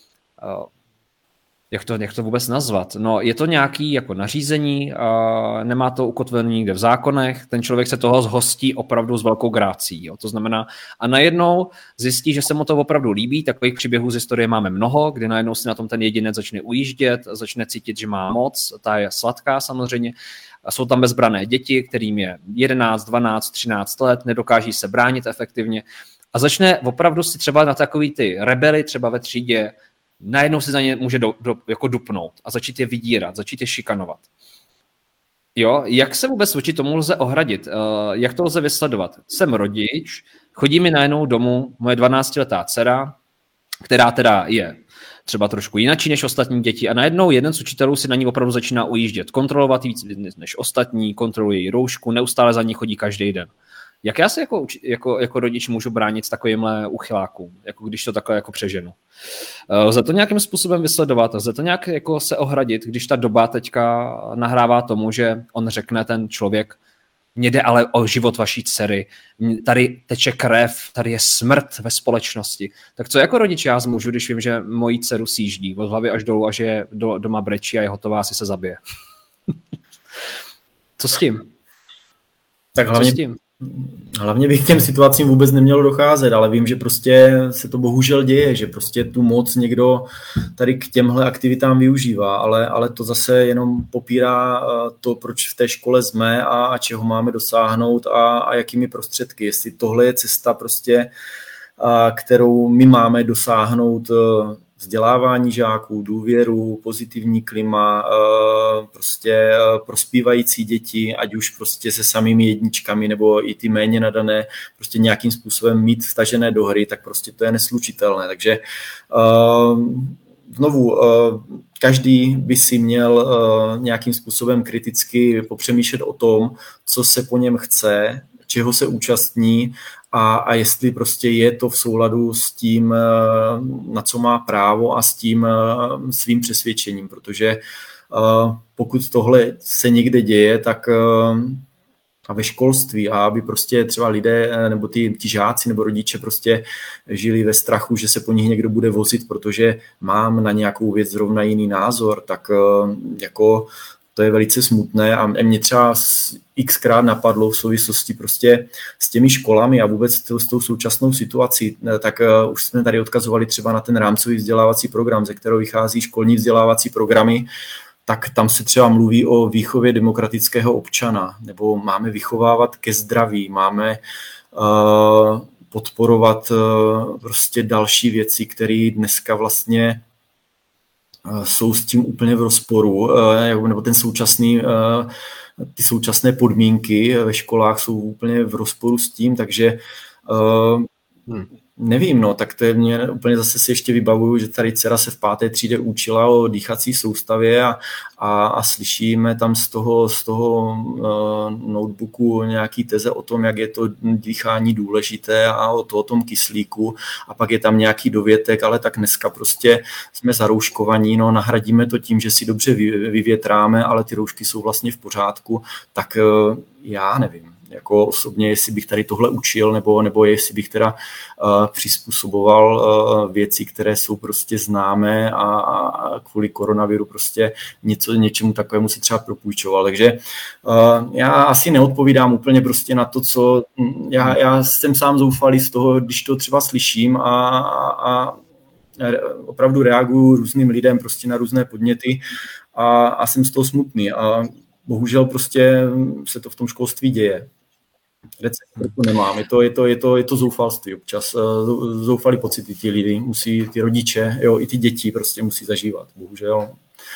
Jak to, jak to vůbec nazvat? No, je to nějaký jako nařízení, a nemá to ukotveno nikde v zákonech, ten člověk se toho zhostí opravdu s velkou grácí. Jo? To znamená, a najednou zjistí, že se mu to opravdu líbí, takových příběhů z historie máme mnoho, kdy najednou si na tom ten jedinec začne ujíždět, začne cítit, že má moc, ta je sladká samozřejmě, a jsou tam bezbrané děti, kterým je jedenáct, dvanáct, třináct let, nedokáží se bránit efektivně a začne opravdu si třeba na takový ty rebely třeba ve třídě najednou si za ně může do, do, jako dupnout a začít je vydírat, začít je šikanovat. Jo, jak se vůbec vůči tomu lze ohradit? Jak to lze vysledovat? Jsem rodič, chodí mi najednou domů moje dvanáctiletá dcera, která teda je třeba trošku jinačí než ostatní děti a najednou jeden z učitelů si na ní opravdu začíná ujíždět, kontrolovat víc než ostatní, kontroluje její roušku, neustále za ní chodí každý den. Jak já se jako, jako, jako rodič můžu bránit s takovýmhle uchylákům, jako když to takhle jako přeženu? Lze to nějakým způsobem vysledovat, lze to nějak jako se ohradit, když ta doba teďka nahrává tomu, že on řekne ten člověk, mně jde ale o život vaší dcery, tady teče krev, tady je smrt ve společnosti. Tak co jako rodič já zmůžu, když vím, že moji dceru sjíždí od hlavy až dolů a že je do, doma brečí a je hotová, asi se zabije. Co s tím? Tak hlavně, co s tím? Hlavně bych k těm situacím vůbec nemělo docházet, ale vím, že prostě se to bohužel děje, že prostě tu moc někdo tady k těmhle aktivitám využívá, ale, ale to zase jenom popírá to, proč v té škole jsme a, a čeho máme dosáhnout a, a jakými prostředky. Jestli tohle je cesta prostě, a, kterou my máme dosáhnout vzdělávání žáků, důvěru, pozitivní klima, prostě prospívající děti, ať už prostě se samými jedničkami nebo i ty méně nadané, prostě nějakým způsobem mít vtažené do hry, tak prostě to je neslučitelné. Takže znovu, každý by si měl nějakým způsobem kriticky popřemýšlet o tom, co se po něm chce, čeho se účastní a, a jestli prostě je to v souladu s tím, na co má právo a s tím svým přesvědčením, protože pokud tohle se někde děje, tak a ve školství a aby prostě třeba lidé nebo ty, ty žáci nebo rodiče prostě žili ve strachu, že se po nich někdo bude vozit, protože mám na nějakou věc zrovna jiný názor, tak jako to je velice smutné a mě třeba xkrát napadlo v souvislosti prostě s těmi školami a vůbec s tou současnou situací, tak už jsme tady odkazovali třeba na ten rámcový vzdělávací program, ze kterého vychází školní vzdělávací programy, tak tam se třeba mluví o výchově demokratického občana, nebo máme vychovávat ke zdraví, máme uh, podporovat uh, prostě další věci, které dneska vlastně jsou s tím úplně v rozporu, nebo ten současný, ty současné podmínky ve školách jsou úplně v rozporu s tím, takže hmm. nevím, no, tak to je mě úplně zase si ještě vybavuju, že tady dcera se v páté třídě učila o dýchací soustavě a, a, a slyšíme tam z toho, z toho uh, notebooku nějaký teze o tom, jak je to dýchání důležité a o, to, o tom kyslíku a pak je tam nějaký dovětek, ale tak dneska prostě jsme zarouškovaní, no nahradíme to tím, že si dobře vyvětráme, ale ty roušky jsou vlastně v pořádku, tak uh, já nevím. Jako osobně, jestli bych tady tohle učil, nebo, nebo jestli bych teda uh, přizpůsoboval uh, věci, které jsou prostě známé a, a kvůli koronaviru prostě něco, něčemu takovému si třeba propůjčoval. Takže uh, já asi neodpovídám úplně prostě na to, co já, já jsem sám zoufalý z toho, když to třeba slyším a, a, a opravdu reaguju různým lidem prostě na různé podněty a, a jsem z toho smutný a bohužel prostě se to v tom školství děje. Recept to nemám, je to, je, to, je, to, je to zoufalství občas, zoufalý pocity ti lidi, musí ty rodiče, jo, i ty děti prostě musí zažívat, bohužel.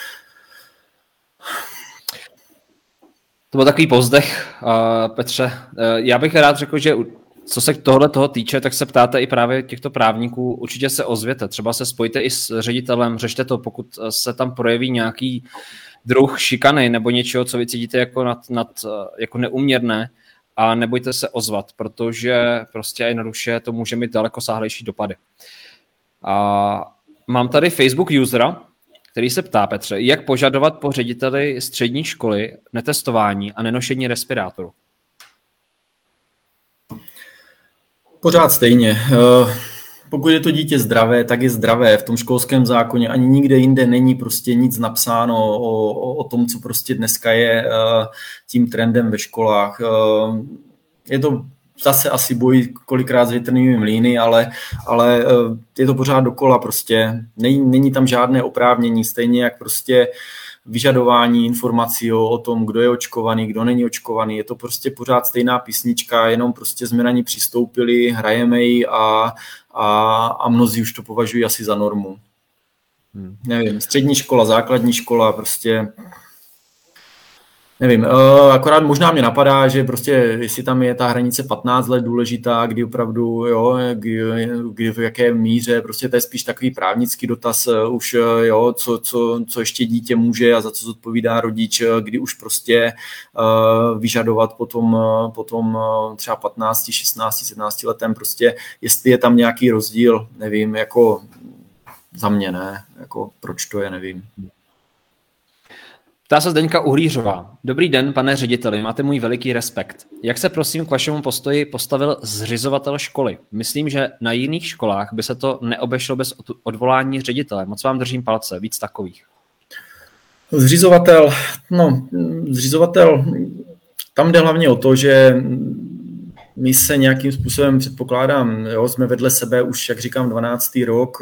To byl takový povzdech, uh, Petře. Uh, já bych rád řekl, že co se tohle toho týče, tak se ptáte i právě těchto právníků, určitě se ozvěte, třeba se spojíte i s ředitelem, řešte to, pokud se tam projeví nějaký druh šikany nebo něčeho, co vy cítíte jako, nad, nad, jako neuměrné a nebojte se ozvat, protože prostě jednoduše to může mít daleko sáhlejší dopady. A mám tady Facebook usera, který se ptá, Petře, jak požadovat po řediteli střední školy netestování a nenošení respirátoru? Pořád stejně. Pokud je to dítě zdravé, tak je zdravé. V tom školském zákoně ani nikde jinde není prostě nic napsáno o, o, o tom, co prostě dneska je uh, tím trendem ve školách. Uh, je to zase asi boj kolikrát s větrnými mlýny, ale, ale uh, je to pořád dokola prostě. Není, není tam žádné oprávnění, stejně jak prostě vyžadování informací o, o tom, kdo je očkovaný, kdo není očkovaný. Je to prostě pořád stejná písnička, jenom prostě jsme na ní přistoupili, hrajeme ji a, a, a mnozí už to považují asi za normu. Hmm. Nevím, střední škola, základní škola, prostě Nevím, akorát možná mě napadá, že prostě jestli tam je ta hranice patnáct let důležitá, kdy opravdu, jo, kdy, kdy v jaké míře, prostě to je spíš takový právnický dotaz už, jo, co, co, co ještě dítě může a za co zodpovídá rodič, kdy už prostě uh, vyžadovat potom, potom třeba patnáct, šestnáct, sedmnáct letem, prostě jestli je tam nějaký rozdíl, nevím, jako za mě ne, jako proč to je, nevím. Ptá se Zdeňka Uhlířová. Dobrý den, pane řediteli, máte můj veliký respekt. Jak se prosím k vašemu postoji postavil zřizovatel školy? Myslím, že na jiných školách by se to neobešlo bez odvolání ředitele. Moc vám držím palce, víc takových. Zřizovatel, no, zřizovatel, tam jde hlavně o to, že my se nějakým způsobem, předpokládám, jo, jsme vedle sebe už, jak říkám, dvanáctý rok.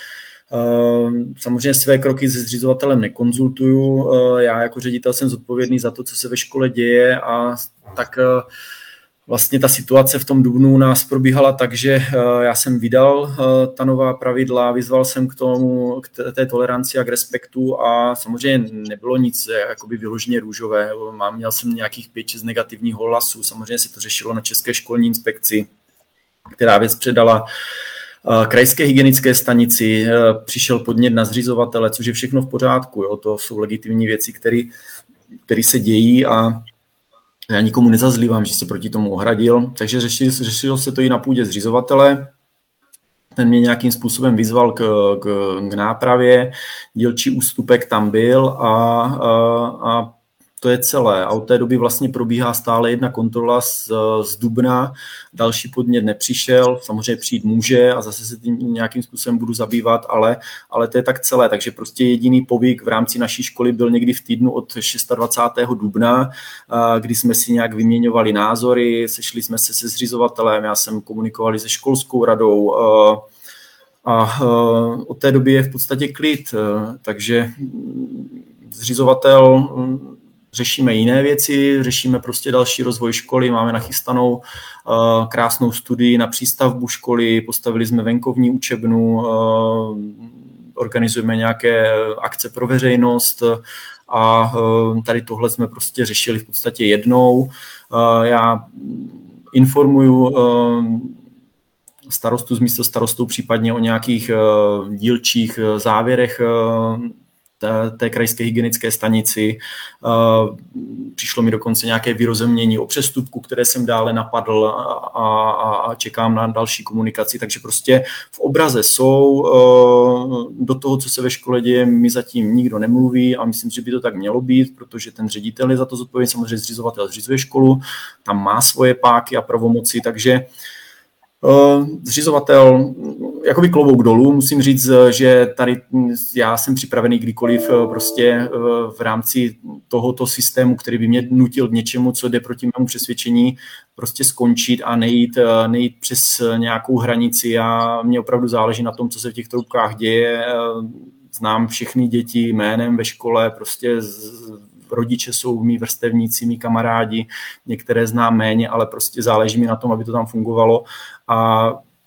Samozřejmě své kroky se zřizovatelem nekonzultuju. Já jako ředitel jsem zodpovědný za to, co se ve škole děje, a tak vlastně ta situace v tom dubnu nás probíhala tak, že já jsem vydal ta nová pravidla, vyzval jsem k tomu, k té toleranci a k respektu, a samozřejmě nebylo nic jakoby vyloženě růžové. Mám, měl jsem nějakých pět, šest negativních hlasů. Samozřejmě se to řešilo na České školní inspekci, která věc předala krajské hygienické stanici, přišel podnět na zřizovatele, což je všechno v pořádku. Jo? To jsou legitimní věci, které se dějí, a já nikomu nezazlívám, že se proti tomu ohradil. Takže řešilo, řešilo se to i na půdě zřizovatele. Ten mě nějakým způsobem vyzval k, k, k nápravě, dílčí ústupek tam byl, a, a, a to je celé. A od té doby vlastně probíhá stále jedna kontrola z, z dubna, další podnět nepřišel, samozřejmě přijít může a zase se tím nějakým způsobem budu zabývat, ale, ale to je tak celé. Takže prostě jediný povyk v rámci naší školy byl někdy v týdnu od dvacátého šestého dubna, kdy jsme si nějak vyměňovali názory, sešli jsme se se zřizovatelem, já jsem komunikovali se školskou radou, a od té doby je v podstatě klid, takže zřizovatel, řešíme jiné věci, řešíme prostě další rozvoj školy, máme nachystanou uh, krásnou studii na přístavbu školy, postavili jsme venkovní učebnu, uh, organizujeme nějaké akce pro veřejnost, a uh, tady tohle jsme prostě řešili v podstatě jednou. Uh, já informuju uh, starostu s místostarostou případně o nějakých uh, dílčích závěrech uh, Té, té krajské hygienické stanici. Přišlo mi dokonce nějaké vyrozumění o přestupku, které jsem dále napadl, a, a, a čekám na další komunikaci. Takže prostě v obraze jsou. Do toho, co se ve škole děje, mi zatím nikdo nemluví, a myslím, že by to tak mělo být, protože ten ředitel je za to zodpovědný, samozřejmě zřizovatel zřizuje školu, tam má svoje páky a pravomoci, takže zřizovatel, jakoby klobouk dolů, musím říct, že tady já jsem připravený kdykoliv prostě v rámci tohoto systému, který by mě nutil k něčemu, co jde proti mému přesvědčení, prostě skončit a nejít, nejít přes nějakou hranici. Já, mně opravdu záleží na tom, co se v těch troubkách děje. Znám všechny děti jménem ve škole, prostě z, rodiče jsou mý vrstevníci, mý kamarádi, některé znám méně, ale prostě záleží mi na tom, aby to tam fungovalo, a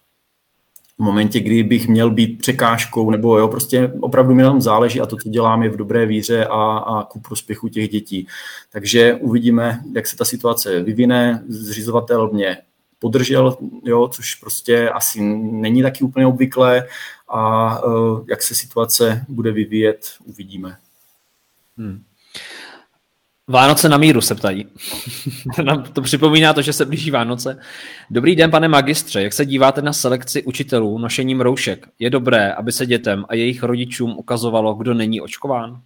v momentě, kdy bych měl být překážkou, nebo jo, prostě opravdu mi na tom záleží, a to, co dělám, je v dobré víře a, a ku prospěchu těch dětí. Takže uvidíme, jak se ta situace vyvine. Zřizovatel mě podržel, jo, což prostě asi není taky úplně obvyklé, a uh, jak se situace bude vyvíjet, uvidíme. Hmm. Vánoce na míru se ptají. To připomíná to, že se blíží Vánoce. Dobrý den, pane magistře, jak se díváte na selekci učitelů nošením roušek? Je dobré, aby se dětem a jejich rodičům ukazovalo, kdo není očkován?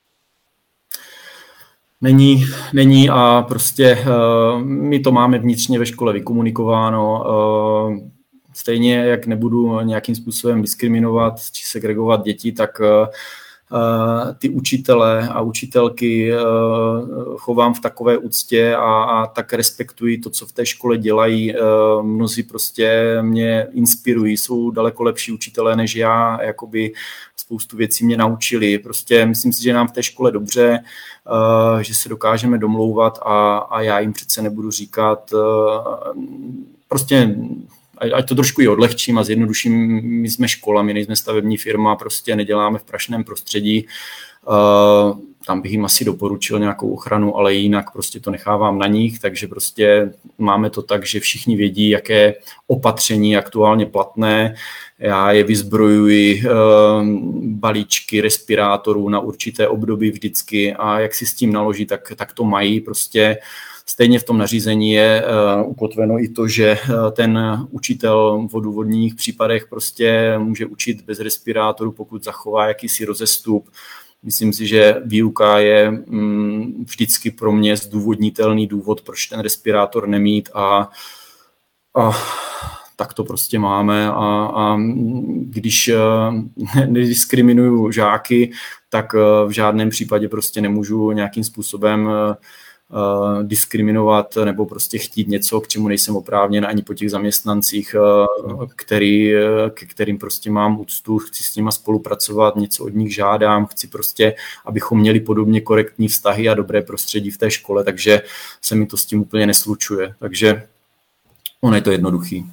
Není, není a prostě uh, my to máme vnitřně ve škole vykomunikováno. Uh, stejně, jak nebudu nějakým způsobem diskriminovat či segregovat děti, tak uh, ty učitele a učitelky chovám v takové úctě, a, a tak respektuji to, co v té škole dělají. Mnozí prostě mě inspirují, jsou daleko lepší učitelé než já, jakoby spoustu věcí mě naučili. Prostě myslím si, že nám v té škole dobře, že se dokážeme domlouvat, a, a já jim přece nebudu říkat prostě, ať to trošku i odlehčím a zjednoduším, my jsme škola, my nejsme stavební firma, prostě neděláme v prašném prostředí. tam bych jim asi doporučil nějakou ochranu, ale jinak prostě to nechávám na nich, takže prostě máme to tak, že všichni vědí, jaké opatření je aktuálně platné. Já je vyzbrojuji e, balíčky respirátorů na určité období vždycky a jak si s tím naloží, tak, tak to mají prostě. Stejně v tom nařízení je uh, ukotveno i to, že uh, ten učitel v odůvodněných případech prostě může učit bez respirátoru, pokud zachová jakýsi rozestup. Myslím si, že výuka je um, vždycky pro mě zdůvodnitelný důvod, proč ten respirátor nemít a, a tak to prostě máme a, a když uh, nediskriminuju žáky, tak uh, v žádném případě prostě nemůžu nějakým způsobem uh, Uh, diskriminovat nebo prostě chtít něco, k čemu nejsem oprávněn ani po těch zaměstnancích, uh, který, ke kterým prostě mám úctu, chci s nima spolupracovat, něco od nich žádám, chci prostě, abychom měli podobně korektní vztahy a dobré prostředí v té škole, takže se mi to s tím úplně neslučuje. Takže ono je to jednoduchý.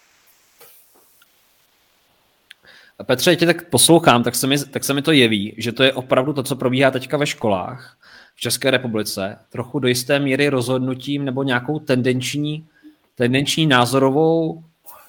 Petře, tě tak poslouchám, tak se, mi, tak se mi to jeví, že to je opravdu to, co probíhá teďka ve školách v České republice, trochu do jisté míry rozhodnutím nebo nějakou tendenční, tendenční názorovou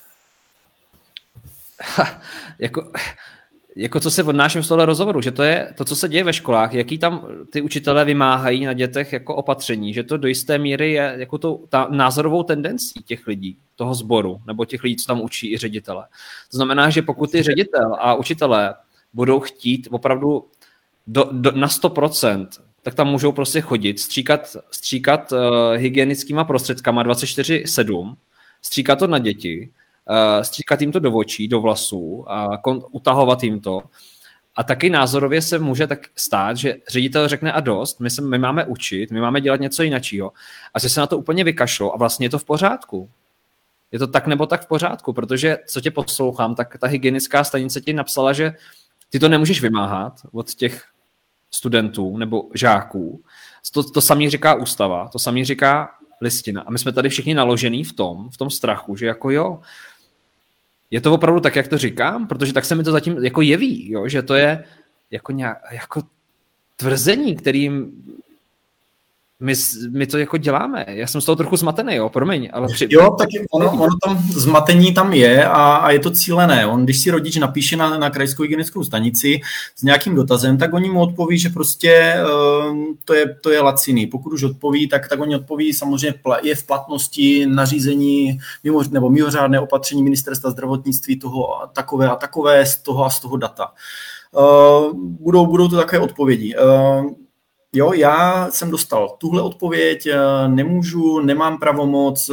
ha, jako, jako co se odnáším z tohle rozhovoru, že to je to, co se děje ve školách, jaký tam ty učitelé vymáhají na dětech jako opatření, že to do jisté míry je jako to, ta názorovou tendencí těch lidí, toho sboru, nebo těch lidí, co tam učí i ředitele. To znamená, že pokud ty ředitel a učitelé budou chtít opravdu do, do, na sto procent, tak tam můžou prostě chodit, stříkat, stříkat uh, hygienickýma prostředkama dvacet čtyři sedm, stříkat to na děti, uh, stříkat jim to do očí, do vlasů a kon- utahovat jim to. A taky názorově se může tak stát, že ředitel řekne a dost, my, se, my máme učit, my máme dělat něco jiného. A že se na to úplně vykašlou a vlastně je to v pořádku. Je to tak nebo tak v pořádku, protože co tě poslouchám, tak ta hygienická stanice ti napsala, že ty to nemůžeš vymáhat od těch studentů nebo žáků. To, to samý říká ústava, to samý říká listina. A my jsme tady všichni naložený v tom, v tom strachu, že jako jo, je to opravdu tak, jak to říkám, protože tak se mi to zatím jako jeví, jo, že to je jako, nějak, jako tvrzení, kterým my, my to jako děláme. Já jsem z toho trochu zmatený, jo, promiň. Ale při... Jo, tak ono, ono tam zmatení tam je a, a je to cílené. On, když si rodič napíše na, na krajskou hygienickou stanici s nějakým dotazem, tak oni mu odpoví, že prostě uh, to, je, to je laciný. Pokud už odpoví, tak, tak oni odpoví, samozřejmě je v platnosti nařízení mimo, nebo mimořádné opatření ministerstva zdravotnictví toho a takové a takové z toho a z toho data. Uh, budou, budou to takové odpovědi. Uh, Jo, já jsem dostal tuhle odpověď, nemůžu, nemám pravomoc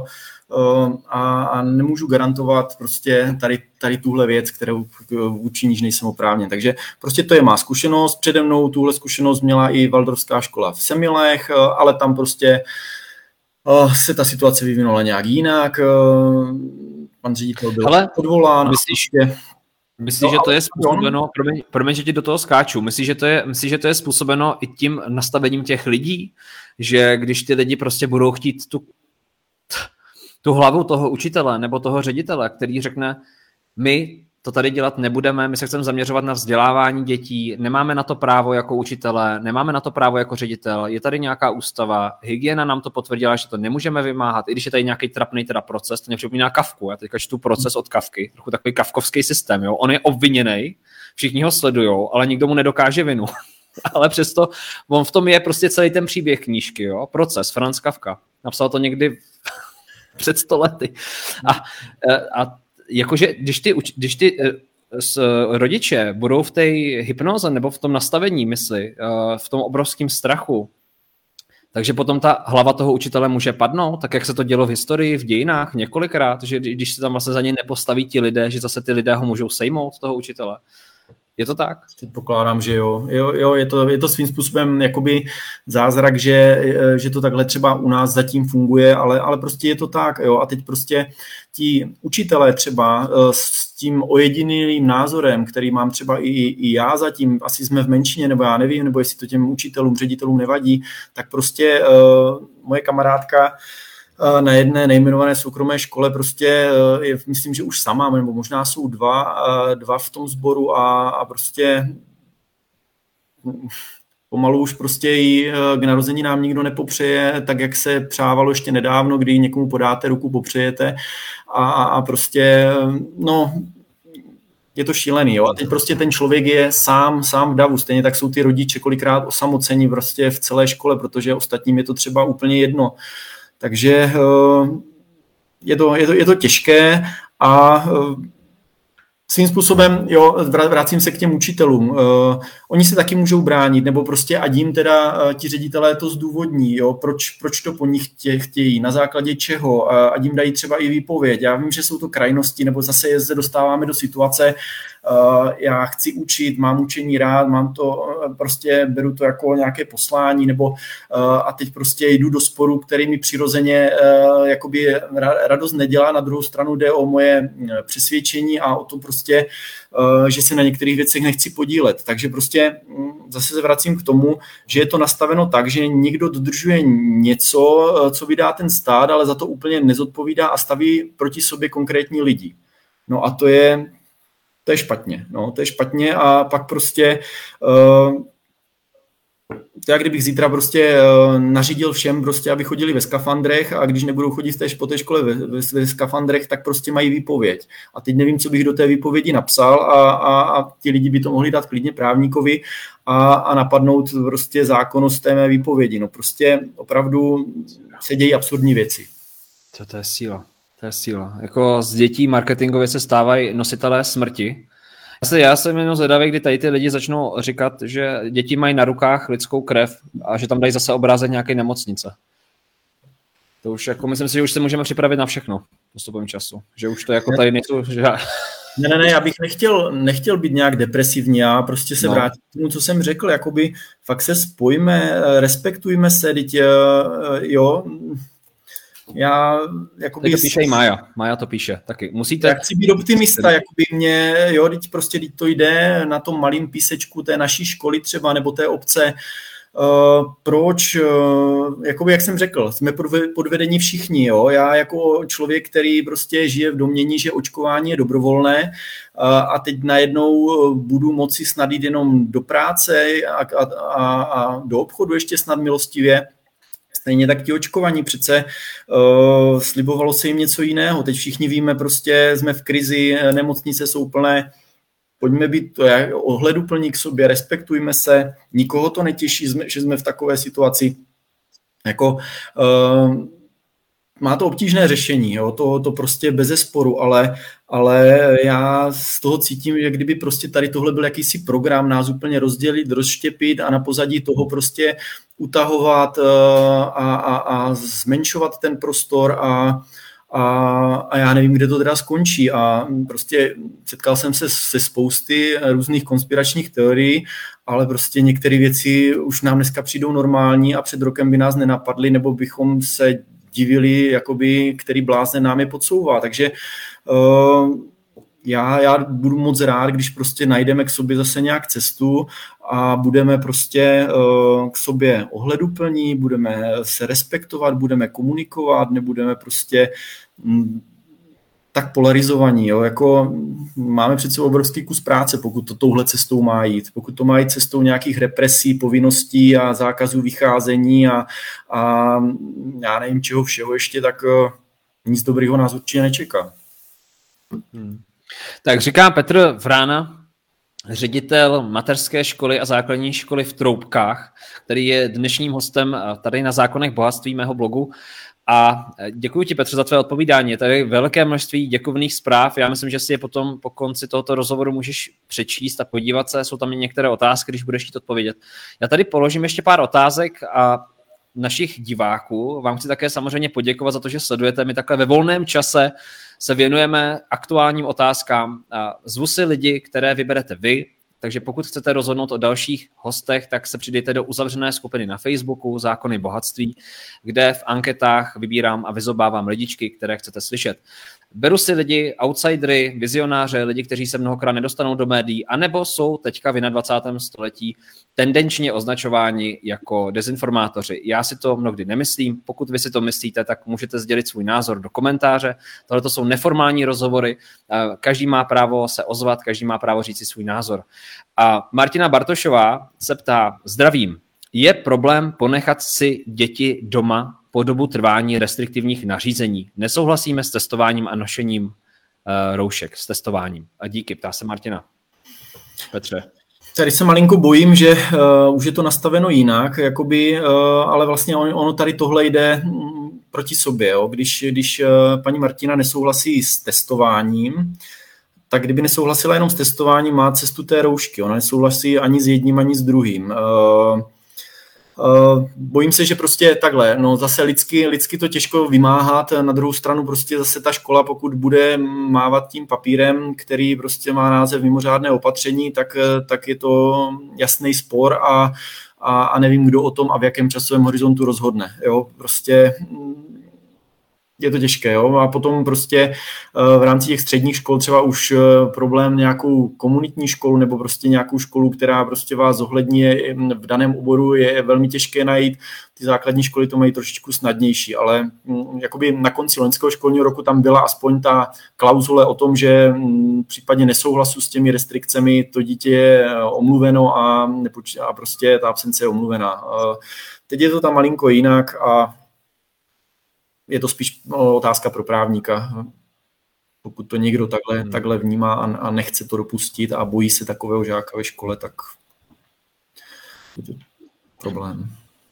a, a nemůžu garantovat prostě tady, tady tuhle věc, kterou vůči níž nejsem oprávněn. Takže prostě to je má zkušenost. Přede mnou tuhle zkušenost měla i Waldorfská škola v Semilech, ale tam prostě se ta situace vyvinula nějak jinak. Pan ředitel byl ale odvolán. Myslíš, Myslíš, no, že to je způsobeno, promiň, promiň, že ti do toho skáču, myslíš, že to je, myslíš, že to je způsobeno i tím nastavením těch lidí, že když ty lidi prostě budou chtít tu, tu hlavu toho učitele nebo toho ředitele, který řekne, my to tady dělat nebudeme, my se chceme zaměřovat na vzdělávání dětí, nemáme na to právo jako učitelé, nemáme na to právo jako ředitel, je tady nějaká ústava, hygiena nám to potvrdila, že to nemůžeme vymáhat, i když je tady nějaký trapný teda proces, to mě připomíná Kafku, já teďka čtu proces od Kafky, trochu takový kafkovský systém, jo? On je obviněný, všichni ho sledujou, ale nikdo mu nedokáže vinu. Ale přesto on v tom je prostě celý ten příběh knížky, jo? Proces, Franz Kafka, napsal to někdy před sto lety. A, a jakože když ty, když ty s rodiče budou v té hypnoze nebo v tom nastavení mysli, v tom obrovském strachu, takže potom ta hlava toho učitele může padnout, tak jak se to dělo v historii, v dějinách několikrát, že když se tam vlastně za něj nepostaví ti lidé, že zase ty lidé ho můžou sejmout, toho učitele. Je to tak? Předpokládám, že jo. jo, jo je, to, je to svým způsobem jakoby zázrak, že, že to takhle třeba u nás zatím funguje, ale, ale prostě je to tak. Jo. A teď prostě ti učitelé třeba s tím ojedinělým názorem, který mám třeba i, i já zatím, asi jsme v menšině, nebo já nevím, nebo jestli to těm učitelům, ředitelům nevadí, tak prostě uh, moje kamarádka na jedné nejmenované soukromé škole prostě je, myslím, že už sama, nebo možná jsou dva, dva v tom sboru a, a prostě Pomalu už prostě jí k narozeninám nikdo nepopřeje, tak jak se přávalo ještě nedávno, kdy někomu podáte ruku, popřejete a, a prostě, no, je to šílený, jo. A teď prostě ten člověk je sám, sám v davu, stejně tak jsou ty rodiče kolikrát osamocení prostě v celé škole, protože ostatním je to třeba úplně jedno. Takže je to, je to, je to těžké a svým způsobem, jo, vracím se k těm učitelům. Uh, oni se taky můžou bránit, nebo prostě ať jim teda uh, ti ředitelé to zdůvodní, jo, proč, proč to po nich tě, chtějí, na základě čeho, uh, ať jim dají třeba i výpověď. Já vím, že jsou to krajnosti, nebo zase se dostáváme do situace, uh, já chci učit, mám učení rád, mám to, uh, prostě beru to jako nějaké poslání, nebo uh, a teď prostě jdu do sporu, který mi přirozeně uh, jakoby radost nedělá, na druhou stranu jde o moje přesvědčení a o to prostě Prostě, že se na některých věcech nechci podílet. Takže prostě zase se vracím k tomu, že je to nastaveno tak, že někdo dodržuje něco, co vydá ten stát, ale za to úplně nezodpovídá a staví proti sobě konkrétní lidi. No a to je, to je špatně. No, to je špatně a pak prostě uh, to jak kdybych zítra prostě uh, nařídil všem, prostě, aby chodili ve skafandrech a když nebudou chodit té, po té škole ve, ve, ve skafandrech, tak prostě mají výpověď. A teď nevím, co bych do té výpovědi napsal a, a, a ti lidi by to mohli dát klidně právníkovi a, a napadnout prostě zákonnost té mé výpovědi. No prostě opravdu se dějí absurdní věci. To, to je síla. To je síla. Jako z dětí marketingově se stávají nositelé smrti. Já jsem jenom zvědavý, kdy tady ty lidi začnou říkat, že děti mají na rukách lidskou krev a že tam dají zase obrázek nějaké nemocnice. To už jako, myslím si, že už se můžeme připravit na všechno postupem času. Že už to jako tady nejsou... Že... Ne, ne, ne, já bych nechtěl, nechtěl být nějak depresivní, já prostě se no. vrátím k tomu, co jsem řekl, jakoby fakt se spojíme, respektujme se, teď jo... Já, jakoby... Teď to píše i Mája. Mája to píše taky. Musíte... Já chci být optimista, jakoby mě, jo, teď prostě teď to jde na tom malým písečku té naší školy třeba, nebo té obce. Uh, proč, uh, jakoby jak jsem řekl, jsme podvedení všichni, jo. Já jako člověk, který prostě žije v domnění, že očkování je dobrovolné uh, a teď najednou budu moci snad jít jenom do práce a, a, a, a do obchodu ještě snad milostivě. Stejně tak ti očkovaní přece uh, slibovalo se jim něco jiného. Teď všichni víme, prostě jsme v krizi, nemocnice jsou plné. Pojďme být to je, ohleduplní k sobě, respektujme se. Nikoho to netěší, že jsme v takové situaci. Jako, uh, má to obtížné řešení, jo? To, to prostě bezesporu, ale, ale já z toho cítím, že kdyby prostě tady tohle byl jakýsi program, nás úplně rozdělit, rozštěpit a na pozadí toho prostě utahovat a, a, a zmenšovat ten prostor a, a, a já nevím, kde to teda skončí. A prostě setkal jsem se se spousty různých konspiračních teorií, ale prostě některé věci už nám dneska přijdou normální a před rokem by nás nenapadly, nebo bychom se divili, jakoby, který blázen nám je podsouvá. Takže uh, já, já budu moc rád, když prostě najdeme k sobě zase nějak cestu a budeme prostě uh, k sobě ohleduplní, budeme se respektovat, budeme komunikovat, nebudeme prostě m, tak polarizovaní. Jo? Jako, máme přece obrovský kus práce, pokud to touhle cestou má jít. Pokud to má jít cestou nějakých represí, povinností a zákazů vycházení a, a já nevím čeho všeho ještě, tak uh, nic dobrýho nás určitě nečeká. Hmm. Tak říká Petr Vrána, ředitel mateřské školy a základní školy v Troubkách, který je dnešním hostem tady na Zákonech bohatství mého blogu. A děkuji ti, Petře, za tvé odpovídání. Je tady velké množství děkovných zpráv. Já myslím, že si je potom po konci tohoto rozhovoru můžeš přečíst a podívat se. Jsou tam některé otázky, když budeš chtít odpovědět. Já tady položím ještě pár otázek a našich diváků vám chci také samozřejmě poděkovat za to, že sledujete. My takhle ve volném čase se věnujeme aktuálním otázkám. Zvu si lidi, které vyberete vy, takže pokud chcete rozhodnout o dalších hostech, tak se přidejte do uzavřené skupiny na Facebooku Zákony bohatství, kde v anketách vybírám a vyzobávám lidičky, které chcete slyšet. Beru si lidi, outsidery, vizionáře, lidi, kteří se mnohokrát nedostanou do médií, anebo jsou teďka v dvacátém prvním století tendenčně označováni jako dezinformátoři. Já si to mnohdy nemyslím. Pokud vy si to myslíte, tak můžete sdělit svůj názor do komentáře. Tohle to jsou neformální rozhovory. Každý má právo se ozvat, každý má právo říct si svůj názor. A Martina Bartošová se ptá, zdravím, je problém ponechat si děti doma po dobu trvání restriktivních nařízení? Nesouhlasíme s testováním a nošením uh, roušek, s testováním. A díky, ptá se Martina. Petře. Tady se malinko bojím, že uh, už je to nastaveno jinak, jakoby, uh, ale vlastně on, ono tady tohle jde um, proti sobě. Jo? Když, když uh, paní Martina nesouhlasí s testováním, tak kdyby nesouhlasila jenom s testováním, má cestu té roušky. Ona nesouhlasí ani s jedním, ani s druhým. Uh, Uh, bojím se, že prostě takhle, no zase lidsky, lidsky to těžko vymáhat, na druhou stranu prostě zase ta škola, pokud bude mávat tím papírem, který prostě má název mimořádné opatření, tak, tak je to jasný spor a, a, a nevím, kdo o tom a v jakém časovém horizontu rozhodne, jo, prostě je to těžké, jo, a potom prostě v rámci těch středních škol třeba už problém nějakou komunitní školu nebo prostě nějakou školu, která prostě vás zohlední v daném oboru, je velmi těžké najít. Ty základní školy to mají trošičku snadnější, ale jakoby na konci loňského školního roku tam byla aspoň ta klauzule o tom, že v případě nesouhlasu s těmi restrikcemi to dítě je omluveno a, nepoč- a prostě ta absence je omluvená. Teď je to tam malinko jinak a je to spíš otázka pro právníka. Pokud to někdo takhle, hmm. takhle vnímá a, a nechce to dopustit a bojí se takového žáka ve škole, tak je to problém.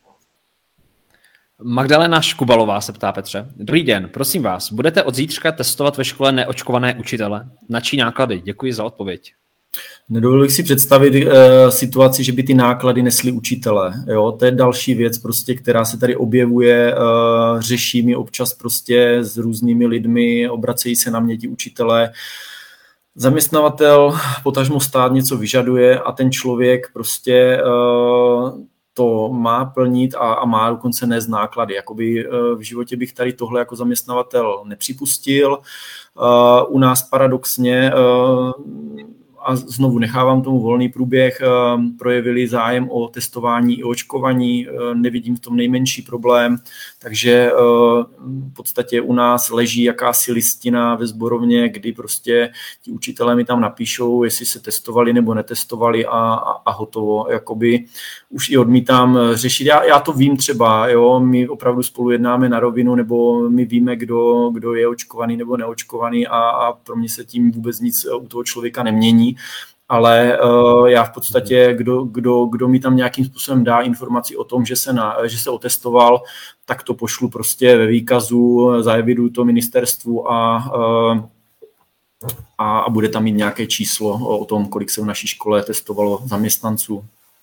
Magdalena Škubalová se ptá, Petře. Dobrý den, prosím vás, budete od zítřka testovat ve škole neočkované učitele? Na čí náklady? Děkuji za odpověď. Nedovolil bych si představit uh, situaci, že by ty náklady nesli učitele. Jo? To je další věc, prostě, která se tady objevuje, uh, řeší mi občas prostě s různými lidmi, obracejí se na mě ti učitelé. Zaměstnavatel, potažmo stát něco vyžaduje a ten člověk prostě uh, to má plnit a, a má dokonce nést náklady. Jakoby uh, v životě bych tady tohle jako zaměstnavatel nepřipustil. Uh, u nás paradoxně uh, a znovu nechávám tomu volný průběh, projevili zájem o testování i očkování, nevidím v tom nejmenší problém, takže v podstatě u nás leží jakási listina ve sborovně, kdy prostě ti učitelé mi tam napíšou, jestli se testovali nebo netestovali a, a, a hotovo. Jakoby už i odmítám řešit. Já, já to vím třeba, jo, my opravdu spolu jednáme na rovinu, nebo my víme, kdo, kdo je očkovaný nebo neočkovaný a, a pro mě se tím vůbec nic u toho člověka nemění. Ale uh, já v podstatě, kdo, kdo, kdo mi tam nějakým způsobem dá informaci o tom, že se, na, že se otestoval, tak to pošlu prostě ve výkazu, zaeviduju to ministerstvu a, uh, a, a bude tam mít nějaké číslo o, o tom, kolik se v naší škole testovalo zaměstnanců.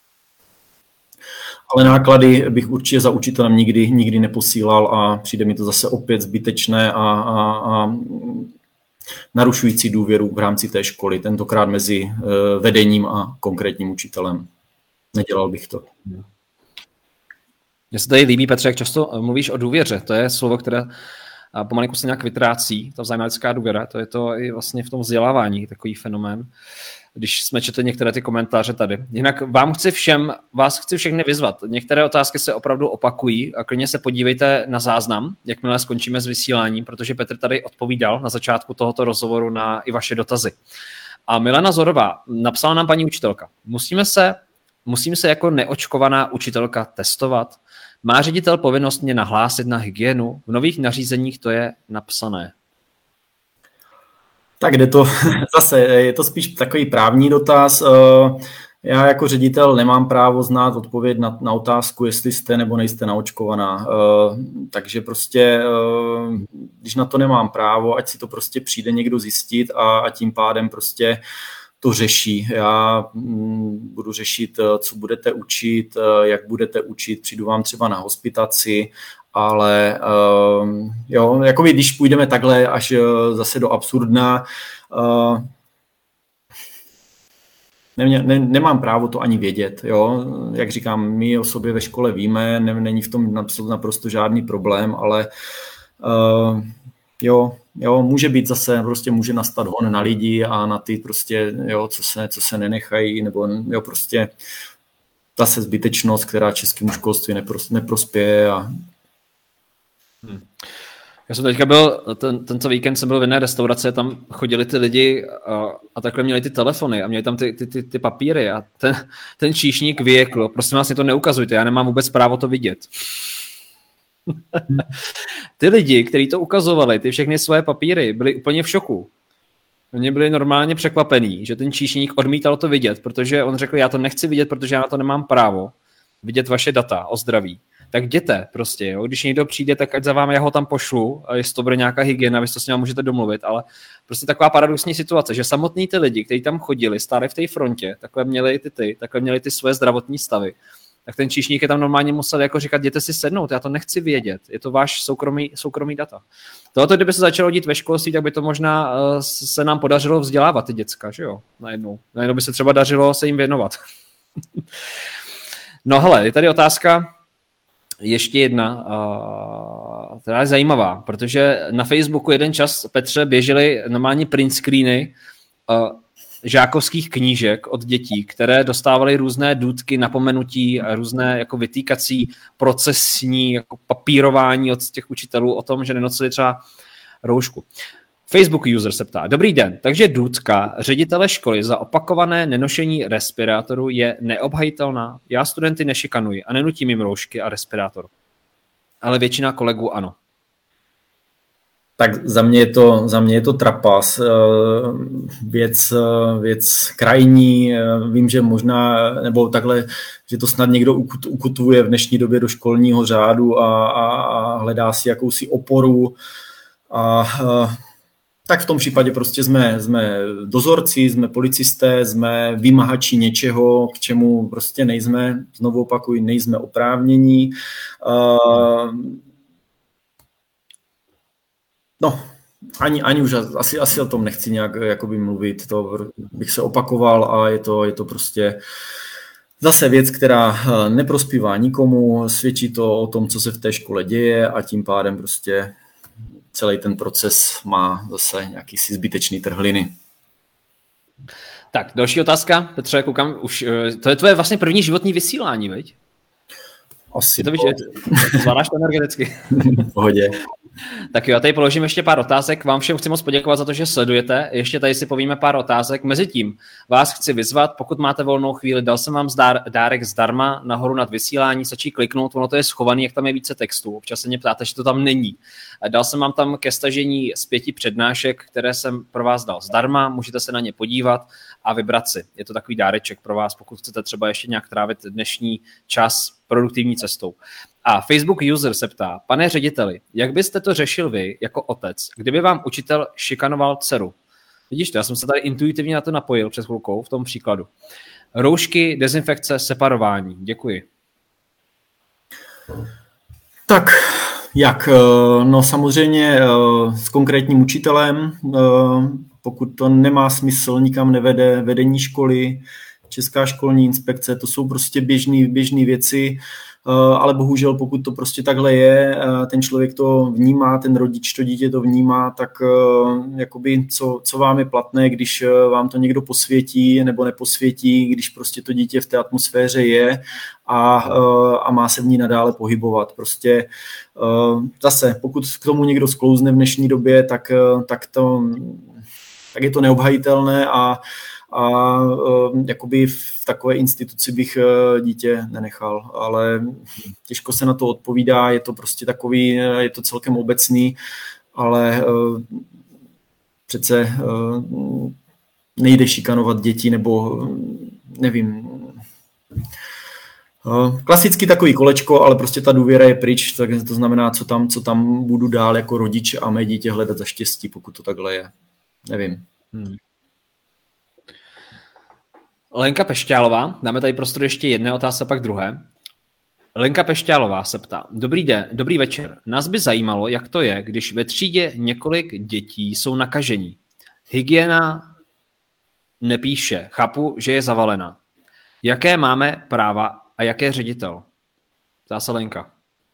Ale náklady bych určitě za učitelem nikdy, nikdy neposílal a přijde mi to zase opět zbytečné a, a, a narušující důvěru v rámci té školy, tentokrát mezi vedením a konkrétním učitelem. Nedělal bych to. Mně se tady líbí, Petře, jak často mluvíš o důvěře. To je slovo, které pomalinku se nějak vytrácí, ta vzájemná lidská důvěra. To je to i vlastně v tom vzdělávání takový fenomén, když jsme četli některé ty komentáře tady. Jinak vám chci všem, vás chci všechny vyzvat. Některé otázky se opravdu opakují a klidně se podívejte na záznam, jakmile skončíme s vysíláním, protože Petr tady odpovídal na začátku tohoto rozhovoru na i vaše dotazy. A Milena Zorová napsala nám paní učitelka. Musíme se, musím se jako neočkovaná učitelka testovat? Má ředitel povinnost mě nahlásit na hygienu? V nových nařízeních to je napsané. Tak jde to, zase je to spíš takový právní dotaz. Já jako ředitel nemám právo znát odpověď na, na otázku, jestli jste nebo nejste naočkovaná. Takže prostě, když na to nemám právo, ať si to prostě přijde někdo zjistit a, a tím pádem prostě to řeší. Já budu řešit, co budete učit, jak budete učit, přijdu vám třeba na hospitaci, ale uh, jo, jako když půjdeme takhle až uh, zase do absurdna, uh, ne, ne, nemám právo to ani vědět. Jo? Jak říkám, my o sobě ve škole víme, ne, není v tom naprosto žádný problém, ale uh, jo, jo, může být zase, prostě může nastat hon na lidi a na ty prostě, jo, co se, co se nenechají, nebo jo, prostě zase zbytečnost, která českému školství nepros, neprospěje a Hmm. Já jsem teďka byl, ten, tento víkend jsem byl v jedné restauraci, tam chodili ty lidi a, a takhle měli ty telefony a měli tam ty, ty, ty, ty papíry a ten, ten číšník vyjekl. Prosím vás, mě to neukazujte, já nemám vůbec právo to vidět. Ty lidi, kteří to ukazovali, ty všechny svoje papíry, byli úplně v šoku. Oni byli normálně překvapení, že ten číšník odmítal to vidět, protože on řekl, já to nechci vidět, protože já na to nemám právo vidět vaše data o zdraví. Tak jděte prostě, jo. Když někdo přijde, tak ať za vámi já ho tam pošlu, a jestli to bude nějaká hygiena, vy to s ním můžete domluvit, ale prostě taková paradoxní situace, že samotní ty lidi, kteří tam chodili, stáli v té frontě, takhle měli ty ty, takhle měli ty svoje zdravotní stavy, tak ten číšník je tam normálně musel jako říkat, jděte si sednout, já to nechci vědět, je to váš soukromý, soukromý data. Tohoto, kdyby se začalo dít ve školství, tak by to možná uh, se nám podařilo vzdělávat ty děcka, že jo, najednou. Najednou by se třeba dařilo se jim věnovat. No hele, je tady otázka, ještě jedna, uh, která je zajímavá, protože na Facebooku jeden čas, Petře, běžely normální print screeny uh, žákovských knížek od dětí, které dostávaly různé důtky, napomenutí a různé jako vytýkací procesní jako papírování od těch učitelů o tom, že nenosili třeba roušku. Facebook user se ptá, dobrý den, takže důtka ředitele školy za opakované nenošení respirátoru je neobhajitelná. Já studenty nešikanuji a nenutím jim roušky a respirátor. Ale většina kolegů ano. Tak za mě je to, za mě je to trapas, věc, věc krajní, vím, že možná, nebo takhle, že to snad někdo ukutuje v dnešní době do školního řádu a, a, a hledá si jakousi oporu a, a tak v tom případě prostě jsme, jsme dozorci, jsme policisté, jsme vymahači něčeho, k čemu prostě nejsme, znovu opakuju, nejsme oprávnění. Uh, no, ani, ani už asi, asi o tom nechci nějak jakoby mluvit, to bych se opakoval a je to, je to prostě zase věc, která neprospívá nikomu, svědčí to o tom, co se v té škole děje a tím pádem prostě celý ten proces má zase nějaký si zbytečný trhliny. Tak, další otázka. Petře, koukám, už, to je tvoje vlastně první životní vysílání, veď? Asi. To víš, zvládáš to energeticky. V pohodě. Tak jo, já tady položím ještě pár otázek. Vám všem chci moc poděkovat za to, že sledujete. Ještě tady si povíme pár otázek. Mezitím vás chci vyzvat, pokud máte volnou chvíli, dal jsem vám zdár, dárek zdarma nahoru nad vysílání, stačí kliknout, ono to je schovaný, jak tam je více textů. Občas se mě ptáte, že to tam není. Dal jsem vám tam ke stažení z pěti přednášek, které jsem pro vás dal zdarma, můžete se na ně podívat a vybrat si. Je to takový dáreček pro vás, pokud chcete třeba ještě nějak trávit dnešní čas produktivní cestou. A Facebook user se ptá, pane řediteli, jak byste to řešil vy jako otec, kdyby vám učitel šikanoval dceru? Vidíš to, já jsem se tady intuitivně na to napojil před chvilkou v tom příkladu. Roušky, dezinfekce, separování. Děkuji. Tak, jak? No samozřejmě s konkrétním učitelem, pokud to nemá smysl, nikam nevede vedení školy, Česká školní inspekce, to jsou prostě běžné běžné věci, ale bohužel pokud to prostě takhle je, ten člověk to vnímá, ten rodič to dítě to vnímá, tak jakoby co, co vám je platné, když vám to někdo posvětí nebo neposvětí, když prostě to dítě v té atmosféře je a, a má se v ní nadále pohybovat. Prostě zase, pokud k tomu někdo sklouzne v dnešní době, tak, tak, to, tak je to neobhajitelné a a uh, jakoby v takové instituci bych uh, dítě nenechal, ale těžko se na to odpovídá, je to prostě takový, je to celkem obecný, ale uh, přece uh, nejde šikanovat děti, nebo nevím. Uh, klasicky takový kolečko, ale prostě ta důvěra je pryč, tak to znamená, co tam, co tam budu dál jako rodič a mé dítě hledat za štěstí, pokud to takhle je. Nevím. Hmm. Lenka Pešťálová, dáme tady prostor ještě jedné otázky, pak druhé. Lenka Pešťálová se ptá, dobrý den, dobrý večer. Nás by zajímalo, jak to je, když ve třídě několik dětí jsou nakažení. Hygiena nepíše, chápu, že je zavalena. Jaké máme práva a jaké ředitel? Ptá se Lenka.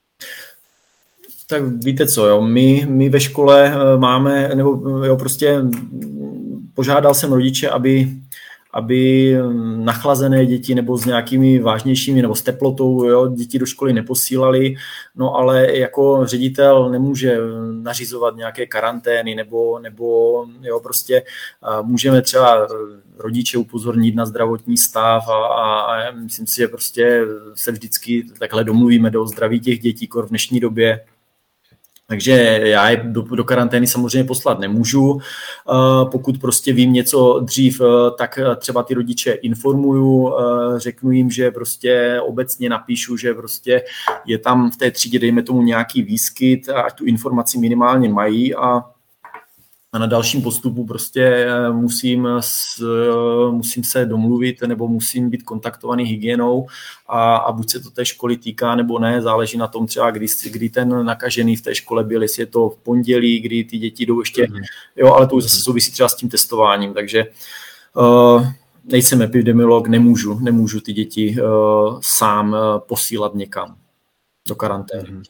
Tak víte co, jo, my, my ve škole máme, nebo jo, prostě požádal jsem rodiče, aby aby nachlazené děti nebo s nějakými vážnějšími nebo s teplotou, jo, děti do školy neposílali, no ale jako ředitel nemůže nařizovat nějaké karantény nebo, nebo jo, prostě můžeme třeba rodiče upozornit na zdravotní stav a, a, a myslím si, že prostě se vždycky takhle domluvíme do zdraví těch dětí kor v dnešní době. Takže já je do, do karantény samozřejmě poslat nemůžu. Pokud prostě vím něco dřív, tak třeba ty rodiče informuju, řeknu jim, že prostě obecně napíšu, že prostě je tam v té třídě, dejme tomu nějaký výskyt, ať tu informaci minimálně mají a A na dalším postupu prostě musím, musím se domluvit nebo musím být kontaktovaný hygienou a, a buď se to té školy týká nebo ne, záleží na tom třeba, kdy, kdy ten nakažený v té škole byl, jestli je to v pondělí, kdy ty děti jdou ještě, jo, ale to už zase souvisí třeba s tím testováním, takže uh, nejsem epidemiolog, nemůžu, nemůžu ty děti uh, sám uh, posílat někam do karantény.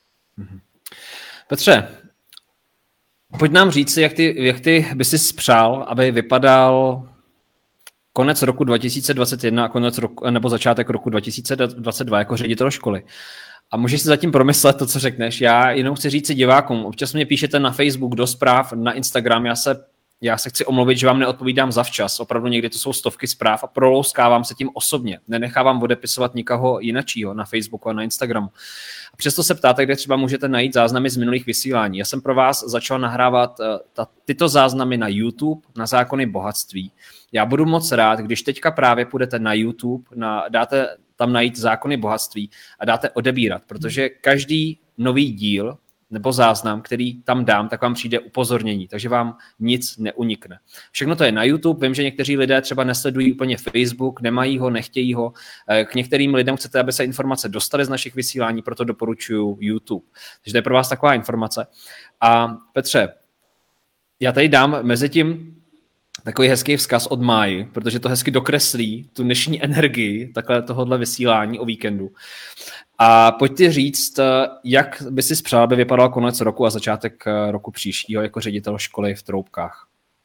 Petře, pojď nám říct, jak ty, jak ty by si spřál, aby vypadal konec roku dva tisíce dvacet jedna a konec roku, nebo začátek roku dva tisíce dvacet dva jako ředitel školy. A můžeš si zatím promyslet to, co řekneš. Já jenom chci říct si divákům, občas mě píšete na Facebook do zpráv, na Instagram, já se, já se chci omluvit, že vám neodpovídám zavčas. Opravdu někdy to jsou stovky zpráv a prolouskávám se tím osobně. Nenechávám odepisovat nikoho jinačího na Facebooku a na Instagramu. A přesto se ptáte, kde třeba můžete najít záznamy z minulých vysílání. Já jsem pro vás začal nahrávat uh, ta, tyto záznamy na YouTube, na Zákony bohatství. Já budu moc rád, když teďka právě půjdete na YouTube, na, dáte tam najít Zákony bohatství a dáte odebírat, protože každý nový díl nebo záznam, který tam dám, tak vám přijde upozornění, takže vám nic neunikne. Všechno to je na YouTube, vím, že někteří lidé třeba nesledují úplně Facebook, nemají ho, nechtějí ho. K některým lidem chcete, aby se informace dostaly z našich vysílání, proto doporučuji YouTube. Takže to je pro vás taková informace. A Petře, já tady dám mezi tím takový hezký vzkaz od Máji, protože to hezky dokreslí tu dnešní energii takhle tohohle vysílání o víkendu. A pojď ti říct, jak by si spřál, aby vypadal konec roku a začátek roku příštího jako ředitel školy v Troubkách?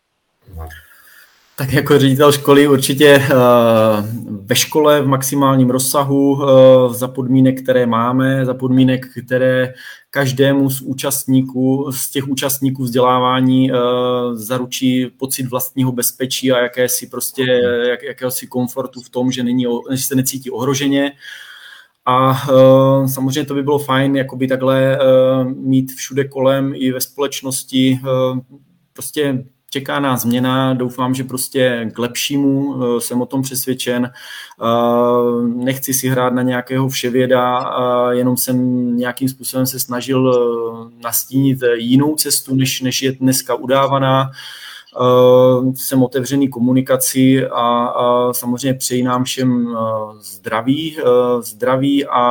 Tak jako ředitel školy určitě ve škole v maximálním rozsahu, za podmínek, které máme, za podmínek, které každému z účastníků, z těch účastníků vzdělávání zaručí pocit vlastního bezpečí a jakési prostě, jak, jakéhosi komfortu v tom, že, není, že se necítí ohroženě. A uh, samozřejmě to by bylo fajn jakoby takhle uh, mít všude kolem i ve společnosti. Uh, prostě čeká nás změna, doufám, že prostě k lepšímu, uh, jsem o tom přesvědčen. Uh, nechci si hrát na nějakého vševěda, uh, jenom jsem nějakým způsobem se snažil uh, nastínit jinou cestu, než, než je dneska udávaná. Uh, jsem otevřený komunikaci a, a samozřejmě přeji nám všem uh, zdraví, uh, zdraví a,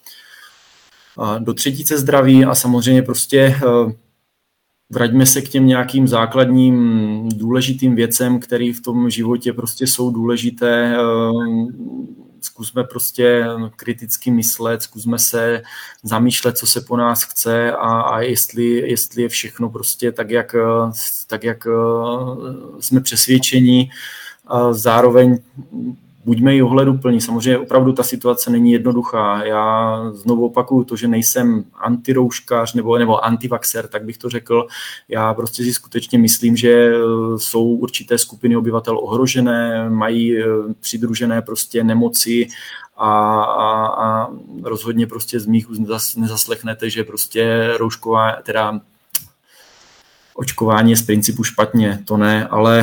a do třetice zdraví a samozřejmě prostě uh, vraťme se k těm nějakým základním důležitým věcem, které v tom životě prostě jsou důležité. Uh, zkusme prostě kriticky myslet, zkusme se zamýšlet, co se po nás chce a, a jestli, jestli je všechno prostě tak, jak, tak, jak jsme přesvědčení. A zároveň buďme i ohleduplní. Samozřejmě opravdu ta situace není jednoduchá. Já znovu opakuju to, že nejsem antirouškař nebo, nebo antivaxer, tak bych to řekl. Já prostě si skutečně myslím, že jsou určité skupiny obyvatel ohrožené, mají přidružené prostě nemoci a, a, a rozhodně prostě z mých úst nezaslechnete, že prostě roušková, teda očkování je z principu špatně. To ne, ale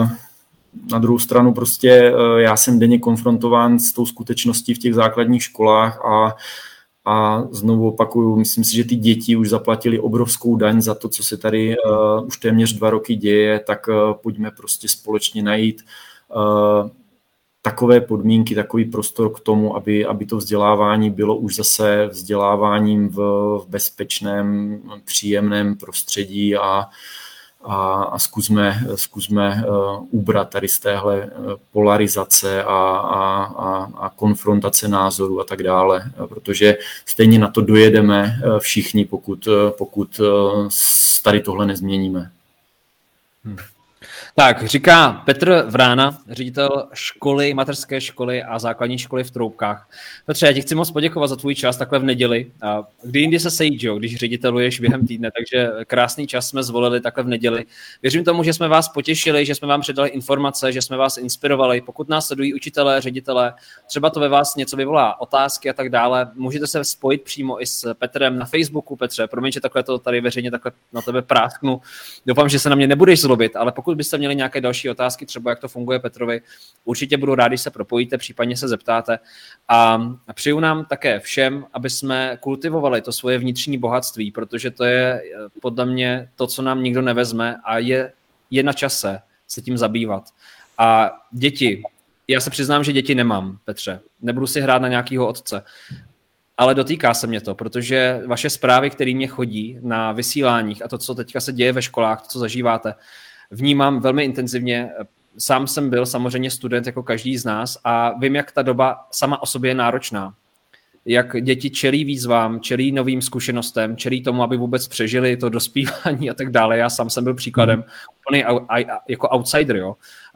na druhou stranu prostě já jsem denně konfrontován s tou skutečností v těch základních školách a, a znovu opakuju, myslím si, že ty děti už zaplatili obrovskou daň za to, co se tady uh, už téměř dva roky děje, tak uh, pojďme prostě společně najít uh, takové podmínky, takový prostor k tomu, aby, aby to vzdělávání bylo už zase vzděláváním v, v bezpečném, příjemném prostředí a A, a zkusme, zkusme uh, ubrat tady z téhle uh, polarizace a, a, a, a konfrontace názorů a tak dále, protože stejně na to dojedeme uh, všichni, pokud, uh, pokud uh, tady tohle nezměníme. Hmm. Tak, říká Petr Vrána, ředitel školy, mateřské školy a základní školy v Troubkách. Petře, já ti chci moc poděkovat za tvůj čas takhle v neděli. A kdy jindy se sejít, jo, když řediteluješ během týdne, takže krásný čas jsme zvolili takhle v neděli. Věřím tomu, že jsme vás potěšili, že jsme vám předali informace, že jsme vás inspirovali. Pokud nás sledují učitelé, ředitelé, třeba to ve vás něco vyvolá, otázky a tak dále, můžete se spojit přímo i s Petrem na Facebooku. Petře, promiň, že takhle to tady veřejně takhle na tebe prásknu. Doufám, že se na mě nebudeš zlobit, ale pokud byste měli nějaké další otázky, třeba jak to funguje Petrovi, určitě budu rád, když se propojíte, případně se zeptáte. A přeju nám také všem, aby jsme kultivovali to svoje vnitřní bohatství, protože to je podle mě to, co nám nikdo nevezme a je, je na čase se tím zabývat. A děti, já se přiznám, že děti nemám, Petře, nebudu si hrát na nějakého otce, ale dotýká se mě to, protože vaše zprávy, které mě chodí na vysíláních a to, co teďka se děje ve školách, to, co zažíváte, vnímám velmi intenzivně. Sám jsem byl samozřejmě student jako každý z nás a vím, jak ta doba sama o sobě je náročná. Jak děti čelí výzvám, čelí novým zkušenostem, čelí tomu, aby vůbec přežili to dospívání a tak dále. Já sám jsem byl příkladem úplně jako outsider. Jo.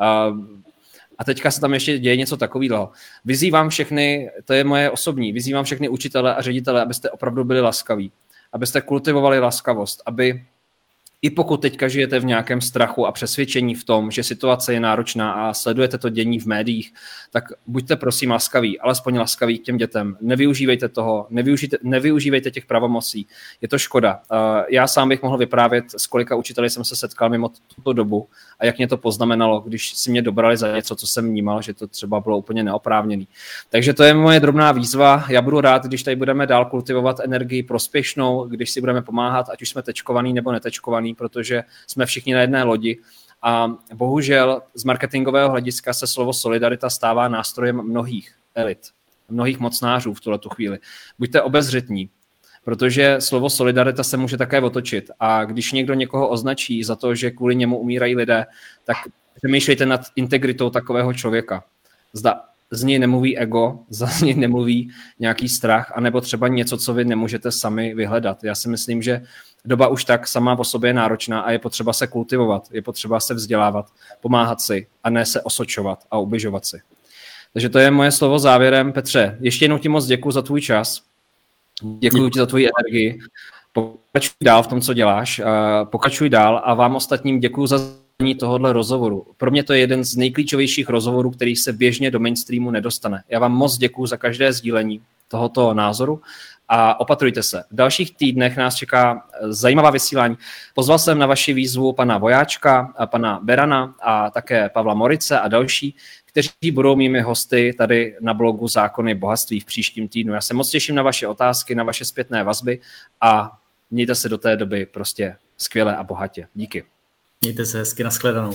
A teďka se tam ještě děje něco takového. Vyzývám všechny, to je moje osobní, vyzývám všechny učitele a ředitele, abyste opravdu byli laskaví, abyste kultivovali laskavost, aby i pokud teďka žijete v nějakém strachu a přesvědčení v tom, že situace je náročná a sledujete to dění v médiích, tak buďte prosím laskaví, alespoň laskaví k těm dětem. Nevyužívejte toho, nevyužijte, nevyužívejte těch pravomocí. Je to škoda. Já sám bych mohl vyprávět, s kolika učiteli jsem se setkal mimo tuto dobu a jak mě to poznamenalo, když si mě dobrali za něco, co jsem vnímal, že to třeba bylo úplně neoprávněný. Takže to je moje drobná výzva. Já budu rád, když tady budeme dál kultivovat energii prospěšnou, když si budeme pomáhat, ať už jsme tečkovaný nebo netečkovaný, protože jsme všichni na jedné lodi a bohužel z marketingového hlediska se slovo solidarita stává nástrojem mnohých elit, mnohých mocnářů v tuhletu chvíli. Buďte obezřetní, protože slovo solidarita se může také otočit a když někdo někoho označí za to, že kvůli němu umírají lidé, tak přemýšlejte nad integritou takového člověka. Zda z něj nemluví ego, z něj nemluví nějaký strach, anebo třeba něco, co vy nemůžete sami vyhledat. Já si myslím, že doba už tak sama o sobě je náročná a je potřeba se kultivovat, je potřeba se vzdělávat, pomáhat si a ne se osočovat a ubližovat si. Takže to je moje slovo závěrem. Petře, ještě jednou ti moc děkuji za tvůj čas, děkuji ti za tvoji energii, pokračuj dál v tom, co děláš, pokračuj dál a vám ostatním děkuji za tohohle rozhovoru. Pro mě to je jeden z nejklíčovějších rozhovorů, který se běžně do mainstreamu nedostane. Já vám moc děkuji za každé sdílení tohoto názoru a opatrujte se. V dalších týdnech nás čeká zajímavá vysílání. Pozval jsem na vaši výzvu pana Vojáčka, pana Berana a také Pavla Morice a další, kteří budou mými hosty tady na blogu Zákony bohatství v příštím týdnu. Já se moc těším na vaše otázky, na vaše zpětné vazby a mějte se do té doby prostě skvěle a bohatě. Díky. Mějte se hezky, nashledanou.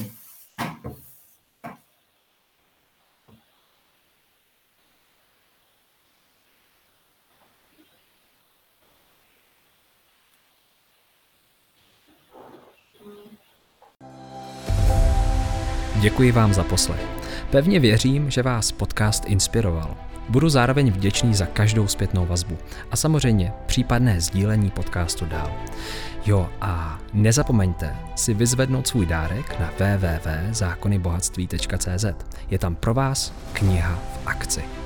Děkuji vám za poslech. Pevně věřím, že vás podcast inspiroval. Budu zároveň vděčný za každou zpětnou vazbu a samozřejmě případné sdílení podcastu dál. Jo a nezapomeňte si vyzvednout svůj dárek na w w w tečka zákony bohatství tečka c z. Je tam pro vás kniha v akci.